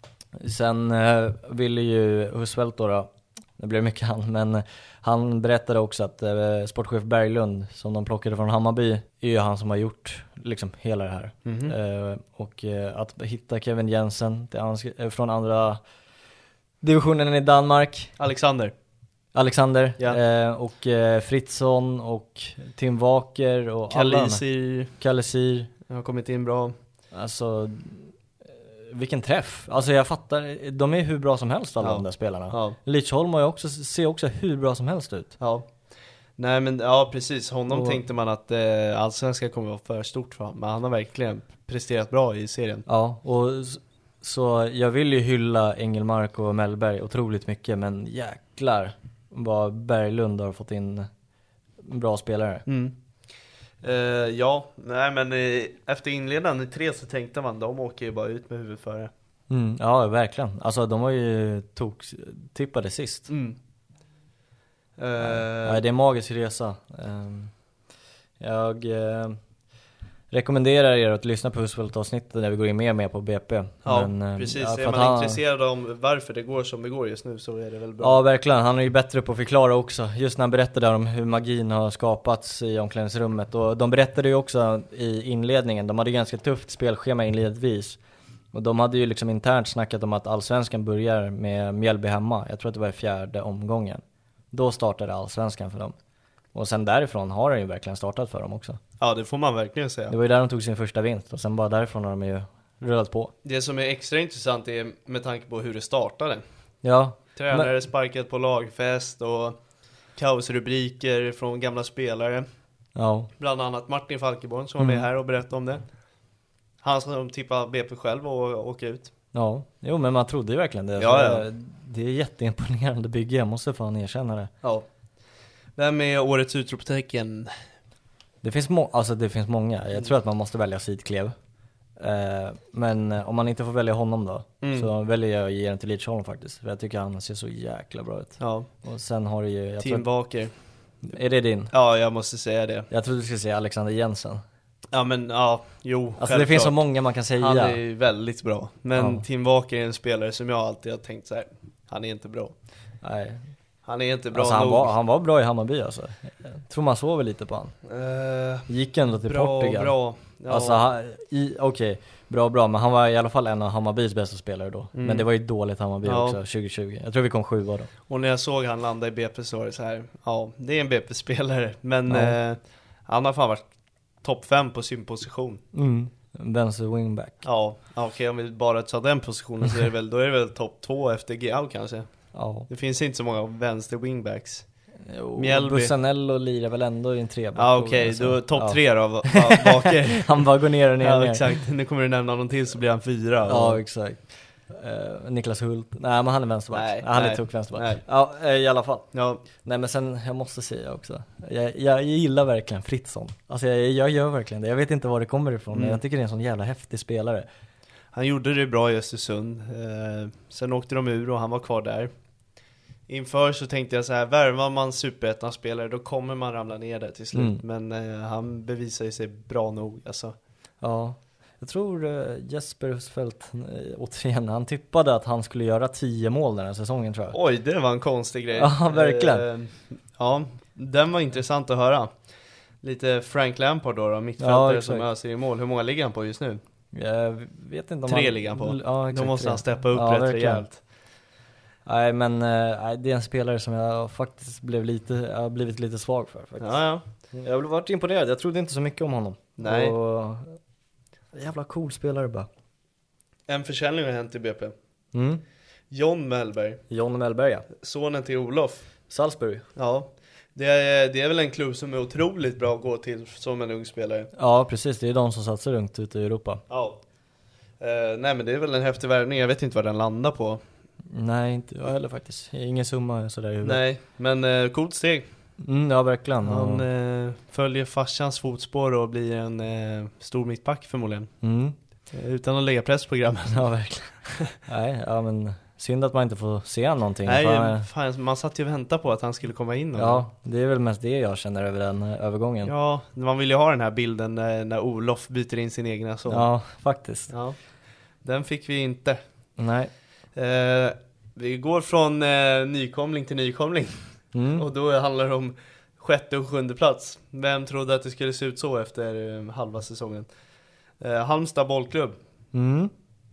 Sen eh, ville ju Husfeldt då, då, det blev mycket han, men han berättade också att eh, sportchef Berglund, som de plockade från Hammarby, är ju han som har gjort liksom hela det här. Mhm. Eh, och eh, att hitta Kevin Jensen till ans- eh, från andra divisionen i Danmark, Alexander. Alexander, Ja. eh, och eh, Fritzson och Tim Waker och alla de här. Kalisi Kalle Sir. har kommit in bra. Alltså, eh, vilken träff. Alltså jag fattar, de är hur bra som helst alla Ja. de där spelarna. Ja. Lichholm har ju också, ser också hur bra som helst ut. Ja. Nej, men ja, precis. Honom Och- tänkte man att eh, allsvenskan kommer vara för stort för honom. Men han har verkligen presterat bra i serien. Ja, och s- så jag vill ju hylla Engelmark och Mellberg otroligt mycket, men jäklar vad Berglund har fått in bra spelare. Mm. Eh, ja, nej men eh, efter inledande tre så tänkte man de åker ju bara ut med huvudet före. Mm, ja, verkligen. Alltså de var ju tok tippade sist. Mm. Eh, Ja, det är en magisk resa. Ehm, Jag eh, rekommenderar er att lyssna på Husfeldt-avsnittet där vi går in mer och mer på B P. ja, Men, eh, precis. ja, för är att man han- intresserad om varför det går som det går just nu så är det väl bra. Ja, verkligen. Han är ju bättre på att förklara också. Just när han berättade om hur magin har skapats i omklädningsrummet. Och de berättade ju också i inledningen, de hade ganska tufft spelschema inledningsvis. Och de hade ju liksom internt snackat om att allsvenskan börjar med Mjällby hemma. Jag tror att det var i fjärde omgången. Då startade allsvenskan för dem. Och sen därifrån har den ju verkligen startat för dem också. Ja, det får man verkligen säga. Det var ju där de tog sin första vinst. Och sen bara därifrån har de ju rullat på. Det som är extra intressant är med tanke på hur det startade. Ja, Tränare Men- sparkat på lagfest och kaosrubriker från gamla spelare. ja. Bland annat Martin Falkeborn som var med Mm. här och berättade om det. Han som tippade B P själv och åka ut. Ja, jo men man trodde ju verkligen det. Ja, Så, ja. eh, Det är jätteimponerande bygge, jag måste fan erkänna det. Ja. Vem är årets utropstecken? Det finns, må- alltså det finns många, jag tror att man måste välja Sidklev. Eh, men eh, om man inte får välja honom då, Mm. så väljer jag att ge den till Lidsholm faktiskt. För jag tycker han ser så jäkla bra ut. Ja, Och sen har du ju... Jag Tim tror, Walker. är det din? Ja, jag måste säga det. Jag trodde du skulle säga Alexander Jensen. Ja, men ja, jo, Alltså det självklart. finns så många man kan säga. Han är ju väldigt bra. Men Ja. Tim Walker är en spelare som jag alltid har tänkt så här. Han är inte bra. Nej. Han är inte bra Alltså han, nog. var, han var bra i Hammarby alltså. Jag tror man sover lite på han. Eh, Gick ändå till bra, Portugal. bra. Ja. Alltså han- i- okej, bra bra, men han var i alla fall en av Hammarbys bästa spelare då. Mm. Men det var ju ett dåligt Hammarby Ja. också, tjugo tjugo. Jag tror vi kom sjua då. Och när jag såg han landa i B P så var det så här. Ja, det är en B P-spelare. Men Ja. eh, han har fan varit topp fem på sin position. Mm. Vänster wingback. Ja, ja, okej, om vi bara tar den positionen så är det väl, då är det väl topp två efter G A U kanske. Ja. Det finns inte så många vänster wingbacks. Jo, Mjällby. Bussanello lirar väl ändå i en treback. Ja, okej, alltså. då topp Ja. tre då, va- baker. Han bara går ner och ner och Ja, ner. exakt. Nu kommer du nämna någon till så blir han fyra. Ja, exakt. Uh, Niklas Hult. Nej, men han är vänsterback. Nej, han nej, är tok vänsterback. nej. Ja, eh, i alla fall. Ja, Nej, men sen, jag måste säga också. Jag, jag gillar verkligen Fritzson. Alltså jag, jag gör verkligen det. Jag vet inte var det kommer ifrån, Mm. men jag tycker det är en sån jävla häftig spelare. han gjorde det bra i Östersund. Eh, sen åkte de ur och han var kvar där. Inför så tänkte jag så här, värvar man superettan-spelare då kommer man ramla ner där till slut. Mm. Men eh, han bevisar ju sig bra nog alltså. Ja, jag tror uh, Jesper Husfeldt, uh, återigen, han tippade att han skulle göra tio mål den här säsongen tror jag. Oj, det var en konstig grej. Ja, verkligen. Eh, ja, den var intressant att höra. Lite Frank Lampard då, då Ja, mittfältare exakt. som öser i mål. Hur många ligger han på just nu? Jag vet inte om Tre han... ligger han på. Ja, exakt, Då måste tre. han steppa upp Ja, rätt verkligen. rejält. Nej, men uh, nej, det är en spelare som jag faktiskt blev lite, jag har blivit lite svag för faktiskt. Ja, ja. Jag har varit imponerad, jag trodde inte så mycket om honom. Nej. Och, jävla cool spelare bara. En försäljning har hänt i B P. Mm. John Mellberg, John Mellberg, ja. sonen till Olof. Salzburg. Ja, det är, det är väl en klubb som är otroligt bra att gå till som en ung spelare. Ja, precis. Det är de som satsar runt ute i Europa. Ja. Eh, nej men det är väl en häftig värvning, jag vet inte vad den landar på. Nej, inte jag heller faktiskt. Ingen summa sådär i huvudet. Nej, men eh, coolt steg. Mm, ja, verkligen. Han Och, eh, följer farsans fotspår och blir en eh, stor mittback förmodligen. mm, Eh, Utan att lägga press på programmet. ja, verkligen. Nej, ja men synd att man inte får se någonting. Nej, För han är- fan, man satt ju och väntade på att han skulle komma in. Och ja, det är väl mest det jag känner över den eh, övergången. Ja, ja, man vill ju ha den här bilden när, när Olof byter in sin egna son. faktiskt. Ja. Den fick vi inte. Nej. Eh, vi går från eh, nykomling till nykomling. Mm. Och då handlar det om sjätte och sjunde plats. Vem trodde att det skulle se ut så efter eh, halva säsongen? Eh, Halmstad bollklubb. Mm.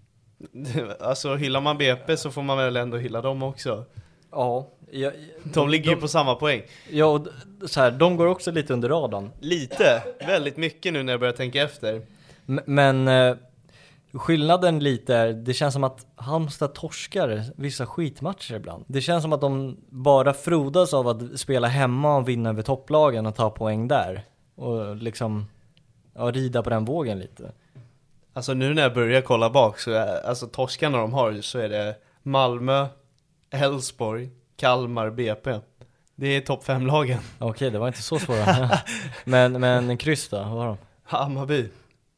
Alltså hyllar man B P så får man väl ändå hylla dem också. Ja, jag, De ligger ju på samma poäng. Ja, och d- så här, de går också lite under radarn. Lite, väldigt mycket nu när jag börjar tänka efter. M- Men eh, skillnaden lite är, det känns som att Halmstad torskar vissa skitmatcher ibland. Det känns som att de bara frodas av att spela hemma och vinna över topplagen och ta poäng där. Och liksom ja, rida på den vågen lite. Alltså nu när jag börjar kolla bak så är, alltså torskarna de har så är det Malmö, Elfsborg, Kalmar, B P. Det är topp fem lagen. Okej, det var inte så svåra. men, men kryss då, vad har de? Hammarby.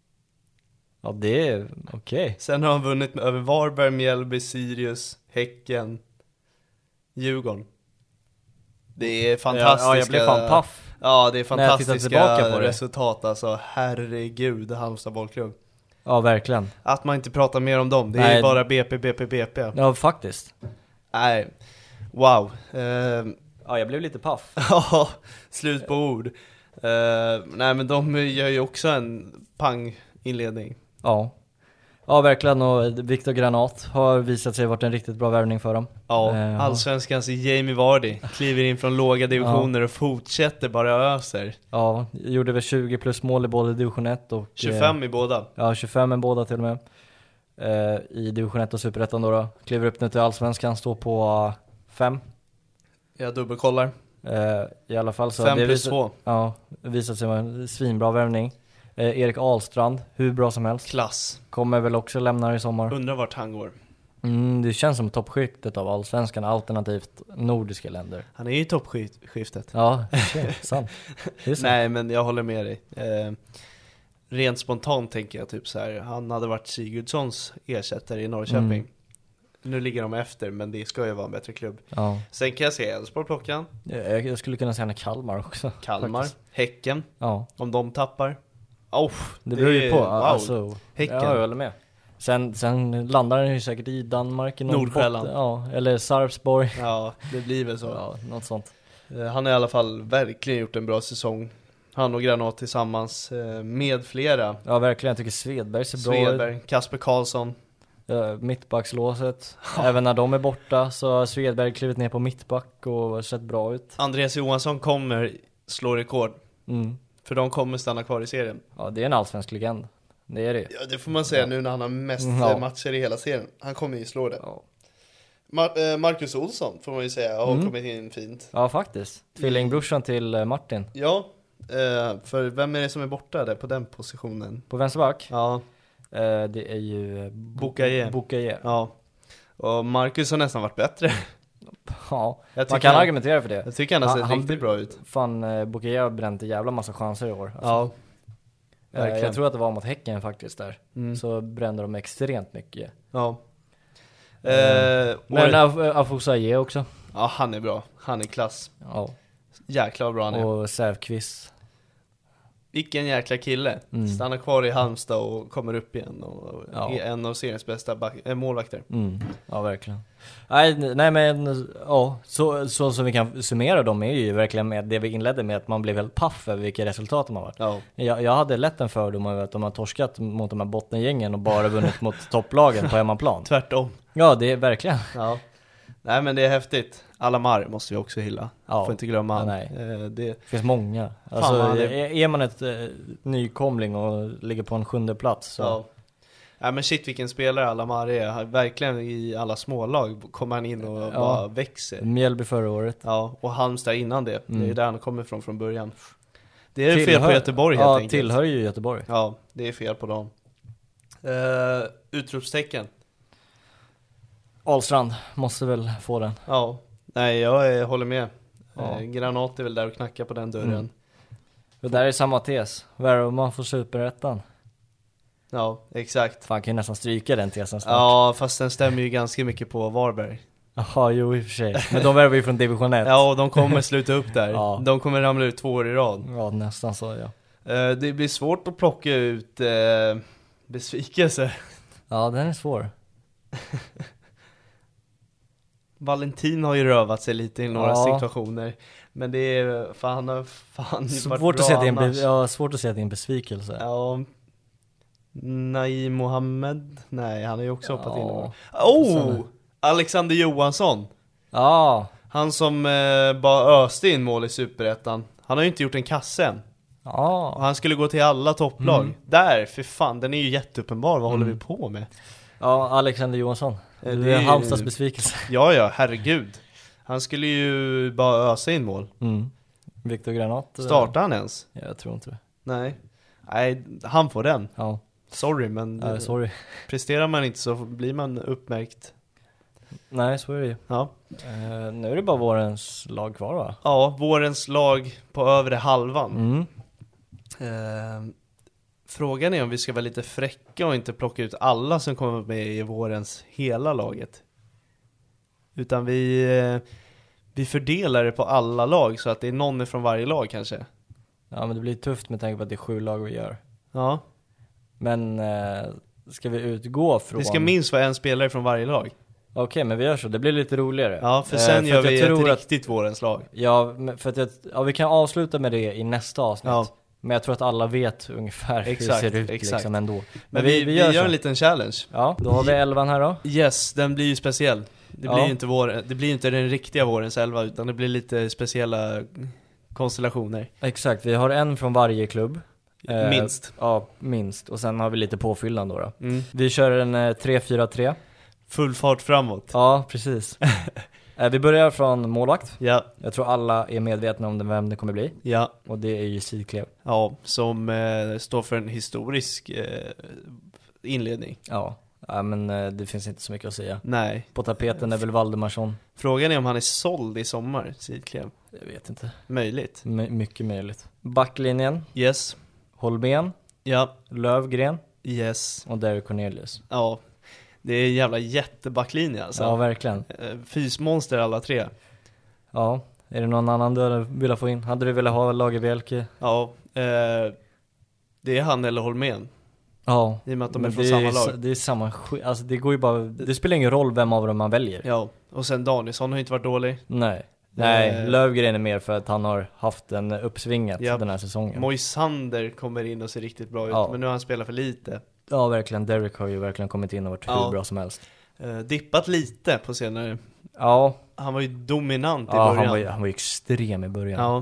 Ja, det är okej. Sen har de vunnit med över Varberg, Mjällby, Sirius, Häcken, Djurgården. Det är fantastiska. Ja, jag blev fan paff. Ja, det är när jag tittar fantastiska tillbaka på det. resultat alltså. Herregud, Halmstad bollklubb. Ja, verkligen. Att man inte pratar mer om dem. Det är Nej. bara B P, B P, B P. Ja, faktiskt. Nej, wow. Ehm, Ja, jag blev lite paff. Ja, slut på ord. Uh, nej men de gör ju också en pang-inledning. Ja. Ja, verkligen. Och Viktor Granat har visat sig varit en riktigt bra värvning för dem. Ja, Eh, allsvenskans Jamie Vardy kliver in från låga divisioner och fortsätter bara öser. Ja, gjorde väl tjugo plus mål i både division ett och... tjugofem i båda. Eh, ja, tjugofem i båda till och med. Eh, I division ett och superettan då, då. Kliver upp nu till allsvenskan, står på fem. Jag dubbelkollar. Eh, I alla fall så... Fem det plus visat- två. Ja, det visat sig vara en svinbra värvning. Eh, Erik Ahlstrand, hur bra som helst. Klass. Kommer väl också lämna i sommar. Undrar vart han går. Mm, det känns som toppskiktet av allsvenskan, alternativt nordiska länder. Han är ju i toppskiftet. Ja, okay, sant. Det är sant. Nej men jag håller med dig. Eh, rent spontant tänker jag typ så här, han hade varit Sigurdssons ersättare i Norrköping. Mm. Nu ligger de efter, men det ska ju vara en bättre klubb. Ja. Sen kan jag se Elfsborg plockan. Jag, jag skulle kunna säga Kalmar också. Kalmar, faktiskt. Häcken. Ja. Om de tappar. Oh, det, det beror ju på. Wow. Alltså, Häcken. Ja, jag håller med. Sen, sen landar den ju säkert i Danmark. I Nordsjälland. Ja, eller Sarpsborg. Ja, det blir väl så. Ja, något sånt. Han har i alla fall verkligen gjort en bra säsong. Han och Granat tillsammans med flera. Ja, verkligen. Jag tycker Svedberg ser bra Svedberg, ut. Kasper Karlsson. Ja, mittbackslåset. Även när de är borta så har Svedberg klivit ner på mittback och sett bra ut. Andreas Johansson kommer slå rekord. Mm. För de kommer stanna kvar i serien. Ja, det är en allsvensk legend. Det är det. Ja, det får man säga ja. nu när han har mest ja. matcher i hela serien. Han kommer ju slå det. Ja. Mar- äh, Marcus Olsson får man ju säga har mm. kommit in fint. Ja, faktiskt. Tvillingbrorsan till Martin. Ja, äh, för vem är det som är borta där på den positionen? På vänsterback? Ja. Äh, det är ju Bukaye. Bukaye. Ja. Och Marcus har nästan varit bättre. Ja, man kan han, argumentera för det. Jag tycker han har sett han, riktigt han, bra ut. Fan, uh, Bukaye har bränt en jävla massa chanser i år. Alltså. Ja. Uh, jag tror att det var mot Häcken faktiskt där. Mm. Så brände de extremt mycket. Ja. Uh, uh, men Afoussaye också. Ja, han är bra. Han är klass. Ja. Jäkla bra han är. Och Säfqvist. Vilken jäkla kille. Mm. Stannar kvar i Halmstad och kommer upp igen och ja. är en av seriens bästa back- äh, målvakter. Mm. Ja, verkligen. Nej, nej men ja, så, så som vi kan summera dem är ju verkligen med det vi inledde med att man blev helt paff över vilka resultat de har varit. Ja. Jag, jag hade lätt en fördom över att de har torskat mot de här bottengängen och bara vunnit mot topplagen på hemmaplan. Tvärtom. Ja, det är verkligen. Ja. Nej, men det är häftigt. Alamar måste vi också hylla. Ja. Får inte glömma. Nej. Eh, det finns många. Alltså, är... är man ett eh, nykomling och ligger på en sjunde plats så... Ja. Ja, men shit vilken spelare Alamar är. Verkligen i alla smålag kommer han in och ja. bara växer. Mjällby förra året. Ja, och Halmstad innan det. Mm. Det är där han kommer ifrån från början. Det är tillhör... fel på Göteborg helt ja, enkelt. Ja, tillhör ju Göteborg. Ja, det är fel på dem. Uh, utropstecken. Ahlstrand måste väl få den. Ja, nej jag är, håller med. Ja. Granat är väl där och knackar på den dörren. Mm. Det där är samma tes. Värman får superettan. Ja, exakt. Fan, kan ju nästan stryka den tesen snart. Ja, fast den stämmer ju ganska mycket på Varberg. Jaha, jo i och för sig. Men de värvar ju från division ett. Ja, och de kommer sluta upp där. Ja. De kommer ramla ut två år i rad. Ja, nästan så, ja. Uh, det blir svårt att plocka ut uh, besvikelse. Ja, den är svår. Valentin har ju rövat sig lite i några ja. situationer. Men det är fan, fan svårt att se att det är en be- ja, svårt att se att det är en besvikelse. Ja. Naim Mohammed. Nej, han har ju också ja. hoppat in. Oh! Alexander Johansson. Ja. Han som eh, bara öste in mål i Superettan. Han har ju inte gjort en kasse än. Ja. Och han skulle gå till alla topplag. Mm. Där, för fan, den är ju jätteuppenbar. Vad mm. håller vi på med? Ja, Alexander Johansson. Det är, är Halmstads besvikelse. Ja, ja, herregud. Han skulle ju bara ösa in mål. Mm. Viktor Granat. Startar han ens? Ja, jag tror inte det. Nej. Nej, han får den. Ja. Sorry, men ja, sorry. Presterar man inte så blir man uppmärkt. Nej, så är det ju. Ja. Uh, nu är det bara vårens lag kvar, va? Ja, vårens lag på övre halvan. Mm. Uh, frågan är om vi ska vara lite fräcka och inte plocka ut alla som kommer med i vårens hela laget. Utan vi, uh, vi fördelar det på alla lag så att det är någon från varje lag kanske. Ja, men det blir tufft med tanke på att det är sju lag vi gör. Ja. Men uh, ska vi utgå från... Det ska minst vara en spelare från varje lag. Okej, okay, men vi gör så. Det blir lite roligare. Ja, för sen uh, för gör vi ett att, riktigt vårens lag. Ja, för att jag, ja, vi kan avsluta med det i nästa avsnitt. Ja. Men jag tror att alla vet ungefär exakt, hur det ser ut exakt. Liksom ändå. Men, men vi, vi, vi gör, gör en liten challenge. Ja, då har vi elvan här då. Yes, den blir ju speciell. Det ja. blir ju inte vår, det blir inte den riktiga vårens elva, utan det blir lite speciella konstellationer. Exakt, vi har en från varje klubb. Minst. Eh, ja, minst. Och sen har vi lite påfyllande då. då. Mm. Vi kör en eh, tre fyra tre. Full fart framåt. Ja, precis. eh, vi börjar från målvakt. Ja. Jag tror alla är medvetna om vem det kommer bli. Ja. Och det är ju Sidklev. Ja, som eh, står för en historisk eh, inledning. Ja. Ja, men eh, det finns inte så mycket att säga. Nej. På tapeten är väl Valdemarsson. Frågan är om han är såld i sommar, Sidklev. Jag vet inte. Möjligt. My- mycket möjligt. Backlinjen. Yes. Holmén. Ja. Lövgren Yes. och Derek Cornelius. Ja. Det är en jävla jättebacklinje alltså. Ja, verkligen. Fysmonster alla tre. Ja, är det någon annan du hade velat få in? Hade du velat ha Lagerbielke? Ja, eh, det är han eller Holmén. Ja, I och med att de är men från det samma är, lag. det är samma skit, alltså det går ju bara, det spelar ingen roll vem av dem man väljer. Ja, och sen Danielsson har ju inte varit dålig. Nej, nej, Eh. Lövgren är mer för att han har haft en uppsvinget Ja. den här säsongen. Moisander kommer in och ser riktigt bra ut, Ja. men nu har han spelat för lite. Ja, verkligen, Derek har ju verkligen kommit in och varit Ja. hur bra som helst. Eh, dippat lite på senare. Ja, Han var ju dominant i ja början. han, var ju, han var ju extrem i början. Ja.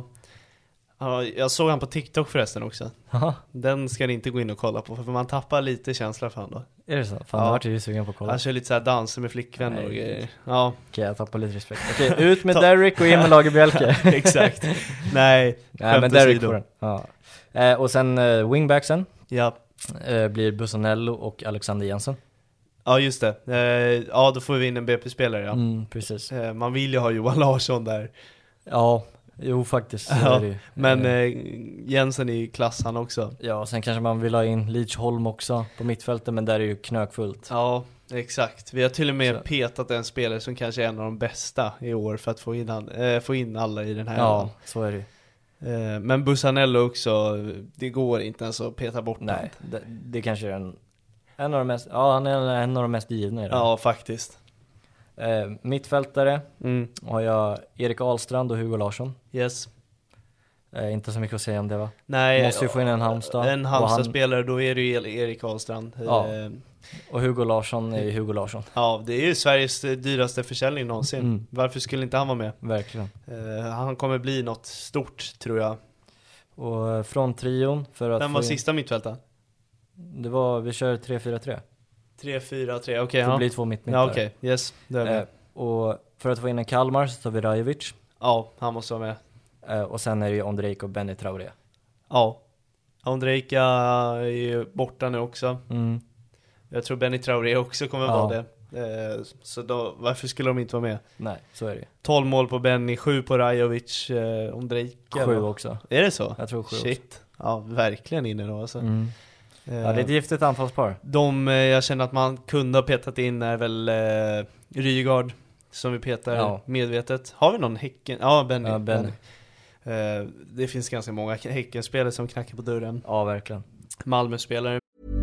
Ja, jag såg han på TikTok förresten också. Haha, Den ska ni inte gå in och kolla på, för man tappar lite känsla för han då. är det så? Fan, Ja. jag vart ju sugen på att kolla. Han kör lite så här danser med flickvänner och Nej. grejer. Ja, Okej, jag tappar lite respekt. Okej, ut med Ta- Derek och in med Lagerbielke. exakt. Nej, Nej, men skämt Derek åsido. får den. Ja. Eh, och sen eh, wingbacksen Ja. eh, blir Bussanello och Alexander Jensen. Ja, just det. Eh, ja, då får vi in en B P-spelare, ja. Mm, precis. Eh, man vill ju ha Johan Larsson där. Ja, jo faktiskt. så Ja, är det ju. Men Eh, eh, Jensen är i klass han också. ja, sen kanske man vill ha in Lidsholm också på mittfältet, men där är ju knökfullt. Ja, exakt. Vi har till och med Så. petat en spelare som kanske är en av de bästa i år för att få in, han, eh, få in alla i den här. Ja, så är det ju. Eh, men Bussanello också, det går inte ens att peta bort Nej, han. det, det kanske är en, en av de mest, ja han är en av de mest givna i det. Ja, faktiskt. Eh, mittfältare Mm. har jag Erik Ahlstrand och Hugo Larsson. Yes. Eh, inte så mycket att säga om det va? Nej, Måste ju få in en Halmstad. En Och han- Halmstad-spelare, då är det ju Erik Ahlstrand. Ja. Eh, Och Hugo Larsson är ju Hugo Larsson. ja, det är ju Sveriges eh, dyraste försäljning någonsin. Mm. Varför skulle inte han vara med? Verkligen. Eh, han kommer bli något stort, tror jag. Och eh, från trion för att Vem få var in- sista mittfältaren? Det var, vi kör tre fyra tre. tre fyra tre, okej. Det ja. blir två mittmittare. Ja, okej. Yes, det är Eh, med. och för att få in en Kalmar så tar vi Rajovic. Ja, han måste vara med. Eh, och sen är det ju Ondrejka och Benny Traoré. Ja. Ondrejka är ju borta nu också. Mm. Jag tror Benny Traoré också kommer Ja. vara det. Eh, så då, varför skulle de inte vara med? Nej, så är det ju. tolv mål på Benny, sju på Rajovic, eh, Ondrejka. Sju va? också. Är det så? Jag tror sju Shit. Ja, verkligen inne då alltså. Mm. Eh, Ja, det är ett giftigt anfallspar. De eh, jag känner att man kunde ha petat in är väl eh, Rygaard, som vi petar Ja. medvetet. Har vi någon Häcken? Ja, Benny. Ja, Benny. Eh, det finns ganska många Häckenspelare som knackar på dörren. Ja, verkligen. Malmö-spelare.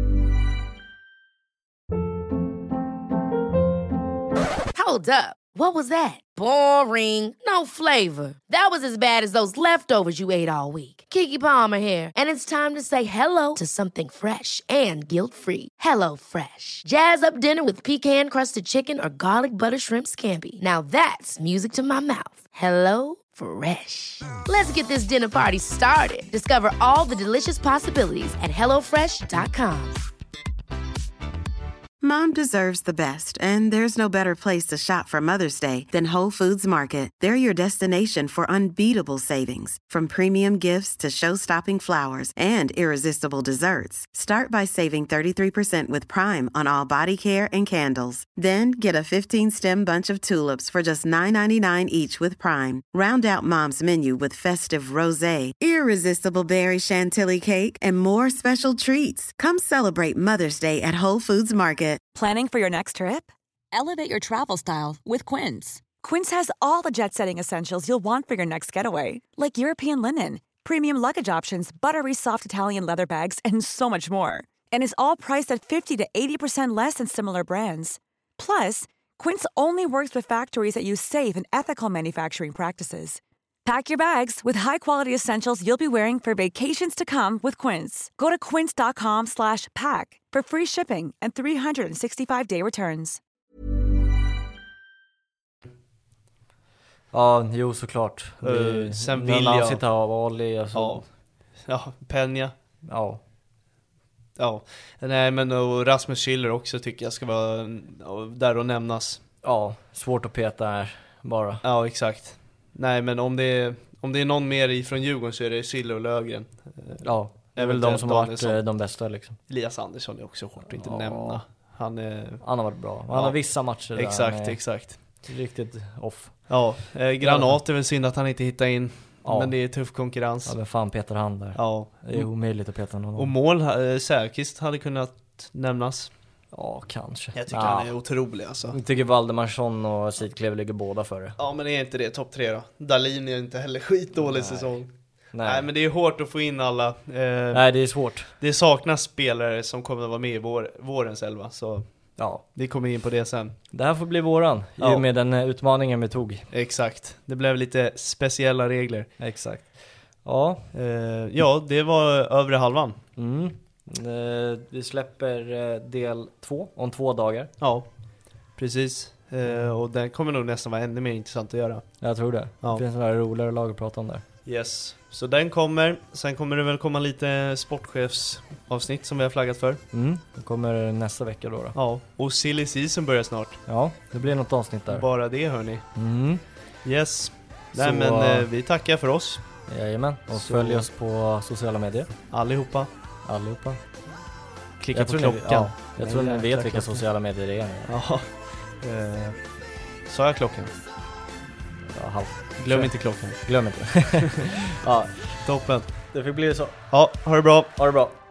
Hold up. What was that? Boring. No flavor. That was as bad as those leftovers you ate all week. Keke Palmer here, and it's time to say hello to something fresh and guilt-free. Hello Fresh. Jazz up dinner with pecan-crusted chicken or garlic butter shrimp scampi. Now that's music to my mouth. Hello Fresh. Let's get this dinner party started. Discover all the delicious possibilities at hello fresh dot com. Mom deserves the best, and there's no better place to shop for Mother's Day than Whole Foods Market. They're your destination for unbeatable savings, from premium gifts to show-stopping flowers and irresistible desserts. Start by saving thirty-three percent with Prime on all body care and candles. Then get a fifteen-stem bunch of tulips for just nine ninety-nine each with Prime. Round out Mom's menu with festive rosé, irresistible berry chantilly cake, and more special treats. Come celebrate Mother's Day at Whole Foods Market. Planning for your next trip? Elevate your travel style with Quince. Quince has all the jet-setting essentials you'll want for your next getaway, like European linen, premium luggage options, buttery soft Italian leather bags, and so much more. And is all priced at fifty to eighty percent less than similar brands. Plus, Quince only works with factories that use safe and ethical manufacturing practices. Pack your bags with high-quality essentials you'll be wearing for vacations to come with Quince. Go to quince.com slash pack for free shipping and three sixty-five day returns. Ja, jo såklart. Uh, sen när vill han jag- sitter av Ali, alltså. Ja. Ja, Peña. Ja. Ja. Nej, men och Rasmus Schiller också tycker jag ska vara ja, där och nämnas. Ja, svårt att peta här bara. Ja, exakt. Nej, men om det är, om det är någon mer ifrån Djurgården så är det Schiller och Löfgren. Ja, det är väl de som har varit Danielsson. eh, de bästa liksom. Elias Andersson är också hårt att inte Ja. nämna. Han är... Han har varit bra. Han Ja. har vissa matcher där Exakt, han är exakt. riktigt off. Ja, eh, Granat är väl synd att han inte hittar in. Ja. Men det är tuff konkurrens. Ja, men fan petar han där. Ja. Det är omöjligt att peta någon. Och mål, äh, Säkist hade kunnat nämnas. Ja, kanske. Jag tycker ja. han är otrolig alltså. Jag tycker Valdemarsson och Sitklev ligger båda före. Ja, men är inte det topp tre då? Dahlin är inte heller skitdålig Nej. säsong. Nej. Nej, men det är hårt att få in alla. Eh, Nej, det är svårt. Det saknas spelare som kommer att vara med i vår, vårens elva, så Ja. vi kommer in på det sen. Det här får bli våran, ja. I och med den utmaningen vi tog. Exakt, det blev lite speciella regler. Exakt. Ja, eh, ja det var övre halvan. Mm. Eh, vi släpper eh, del två om två dagar. Ja, precis. Eh, och den kommer nog nästan vara ännu mer intressant att göra. Jag tror det. Ja. Det finns några roligare lag att prata om där. Yes, så den kommer. Sen kommer det väl komma lite sportchefsavsnitt som vi har flaggat för. Mm. Det kommer nästa vecka då, då. Ja, och silly season börjar snart. Ja, det blir något avsnitt där. Bara det, hörni. Mm. Yes. Nej, Så, men eh, vi tackar för oss. Jajamän, och Så- följ oss på sociala medier. Allihopa. Allihopa. Klicka Jag på tror klockan. Ni, ja, jag tror ni jäkla vet vilka klockan. sociala medier det är nu. Ja. Eh, sa jag klockan? Ja, halv. Glöm Kör. inte klockan. Glöm inte. Ja, Toppen. det fick bli så. Ja, ha det bra. Ha det bra.